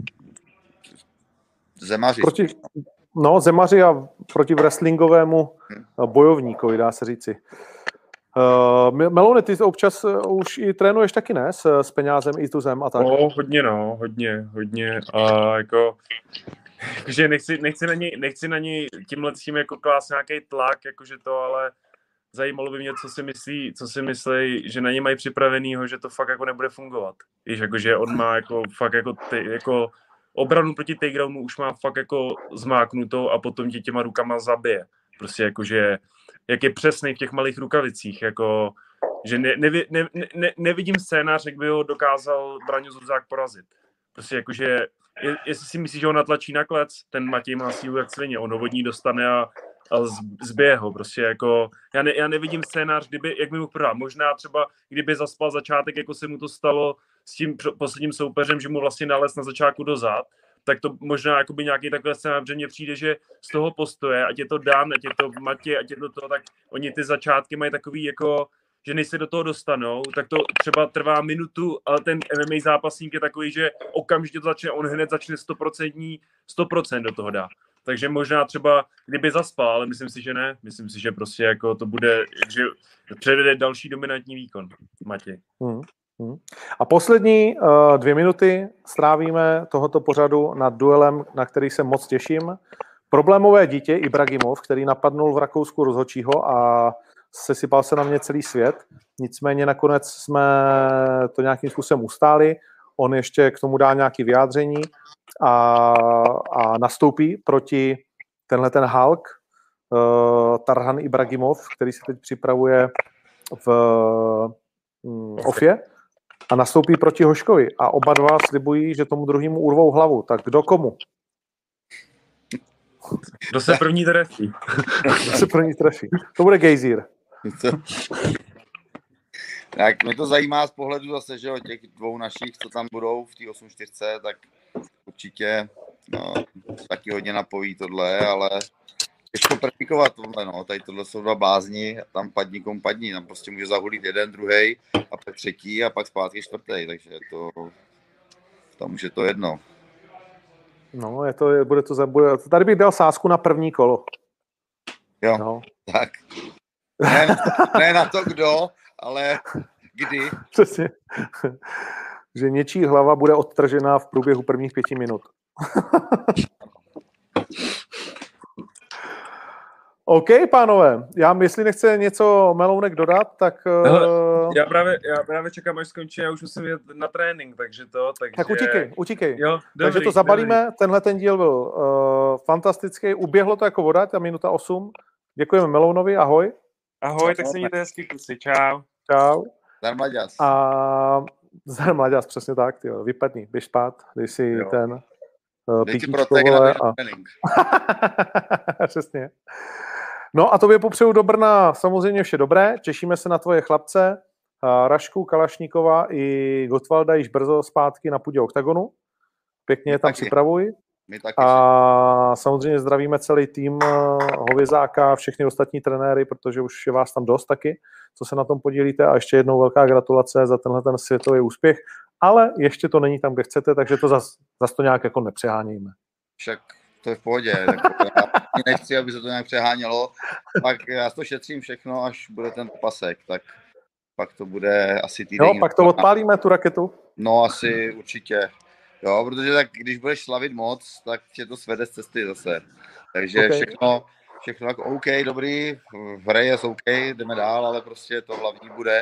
D: zemaři.
C: Zemaři a proti wrestlingovému bojovníkovi, dá se říci. Meloune, ty občas už i trénuješ taky, ne? S Peňázem i tu zem a tak.
B: No, hodně. A že nechci na něj tímhle tím jako klást nějaký tlak, jakože to, ale zajímalo by mě, co si myslí, že na ně mají připravenýho, že to fakt jako nebude fungovat. Víš, jakože on má jako fakt jako obranu proti takedownu už má fakt jako zmáknutou a potom tě těma rukama zabije. Prostě jakože, jak je přesnej v těch malých rukavicích, jako, že nevidím scénář, jak by ho dokázal Braňo Zuzák porazit. Prostě jakože, jestli si myslíš, že ho natlačí na klec, ten Matěj má sílu jak svině, on ho od ní dostane a zbije ho. Prostě jako, já nevidím scénář, jak by mohl prohrát. Možná třeba, kdyby zaspal začátek, jako se mu to stalo s tím posledním soupeřem, že mu vlastně nalez na začátku dozad, tak to možná jakoby nějaký takový scénář, že mně přijde, že z toho postoje, ať je to Dan, ať je to Matěj, ať je to, tak oni ty začátky mají takový jako, že než se do toho dostanou, tak to třeba trvá minutu, ale ten MMA zápasník je takový, že okamžitě to začne, on hned začne 100% do toho dá. Takže možná třeba, kdyby zaspal, ale myslím si, že ne. Myslím si, že prostě jako to bude, že předvede další dominantní výkon, Matěj.
C: A poslední 2 minuty strávíme tohoto pořadu nad duelem, na který se moc těším. Problémové dítě Ibragimov, který napadnul v Rakousku rozhodčího a sesypal se na mě celý svět. Nicméně nakonec jsme to nějakým způsobem ustáli. On ještě k tomu dá nějaké vyjádření a nastoupí proti ten Hulk, Tarhan Ibragimov, který se teď připravuje v Ofě a nastoupí proti Hoškovi. A oba dva slibují, že tomu druhému urvou hlavu. Tak kdo komu?
B: Kdo se první trefí?
C: To bude Gejzír.
D: Tak mě to zajímá z pohledu zase, že o těch dvou našich, co tam budou v té 8-4, tak určitě taky hodně napoví tohle, ale těžko predikovat tohle, no. Tady tohle jsou dva blázni, tam padni komu padni, tam prostě může zahulit jeden, druhej a pak třetí a pak zpátky čtvrtý, takže tam už je to jedno.
C: No, bude to tady bych dal sázku na první kolo.
D: Jo, no. Tak. Ne na to kdo, ale kdy.
C: Přesně. Že něčí hlava bude odtržená v průběhu prvních 5 minut. OK, pánové. Jestli nechce něco Melounek dodat, tak...
B: Hele, já právě čekám, až skončí, já už musím jít na trénink, takže...
C: Tak utíkej.
B: Jo,
C: takže to zabalíme, tenhle ten díl byl fantastický, uběhlo to jako voda, ta minuta 8. Děkujeme Melounovi, ahoj.
B: Ahoj, tak se mějte hezky, kluci, čau.
D: Zdar mlaďas.
C: Zdar mlaďas, přesně tak, tyjo, vypadni, běž spát, dej si ten
D: pitíčko, vole.
C: Přesně. No a tobě popřeju do Brna samozřejmě vše dobré, těšíme se na tvoje chlapce, Rašku, Kalašníkova i Gottwalda již brzo zpátky na půdě OKTAGONu. Pěkně je tam připravuj. A samozřejmě zdravíme celý tým Hovězáka, všechny ostatní trenéry, protože už je vás tam dost taky, co se na tom podílíte a ještě jednou velká gratulace za tenhle ten světový úspěch, ale ještě to není tam, kde chcete, takže to zas to nějak jako nepřehánějme.
D: Však to je v pohodě, já nechci, aby se to nějak přehánělo, pak já to šetřím všechno, až bude ten pasek, tak pak to bude asi týden.
C: Jo, pak to odpálíme, tu raketu?
D: No asi určitě. Jo, protože tak, když budeš slavit moc, tak tě to svede z cesty zase. Takže všechno jako OK, dobrý, hra je OK, jdeme dál, ale prostě to hlavní bude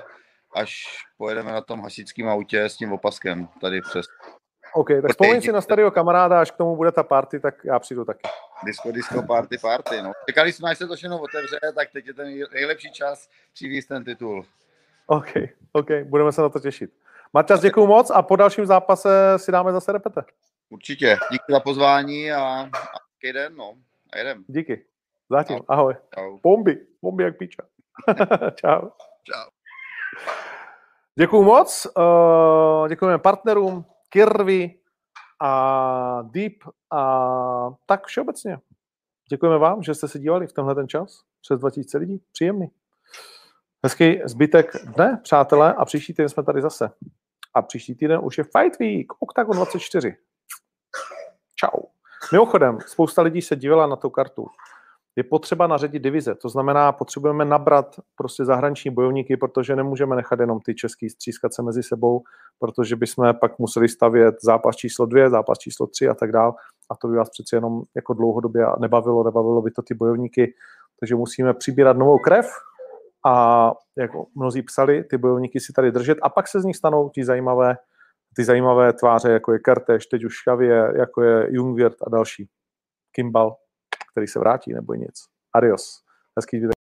D: až pojedeme na tom hasičském autě s tím opaskem tady přes.
C: OK, tak vzpomeň si na starého kamaráda, až k tomu bude ta party, tak já přijdu taky.
D: Disco, party, no. Čekali jsme, až se to všechno otevře, tak teď je ten nejlepší čas přivízt ten titul.
C: OK, budeme se na to těšit. Maťas, děkuju moc a po dalším zápase si dáme zase repete.
D: Určitě, díky za pozvání a hezký den, no. A jedem.
C: Díky. Zatím, ahoj.
D: Čau.
C: Bomby jak píča. Čau.
D: Čau.
C: Děkuju moc, děkujeme partnerům, Kirvi a Deep a tak všeobecně. Děkujeme vám, že jste se dívali v tenhle ten čas. Přes 2000 lidí, příjemný. Hezký zbytek dne, přátelé, a příští týden jsme tady zase. A příští týden už je Fight Week, Octagon 24. Čau. Mimochodem, spousta lidí se dívala na tu kartu. Je potřeba naředit divize, to znamená, potřebujeme nabrat prostě zahraniční bojovníky, protože nemůžeme nechat jenom ty český střískat se mezi sebou, protože bychom pak museli stavět zápas číslo 2, zápas číslo 3 a tak dál. A to by vás přeci jenom jako dlouhodobě nebavilo by to ty bojovníky, takže musíme přibírat novou krev a jako mnozí psali, ty bojovníky si tady držet a pak se z nich stanou ty zajímavé tváře, jako je Kertéš, teď už Xavier, jako je Jungwirth a další. Kimball, který se vrátí, nebo nic. Adios. Hezký zbytek.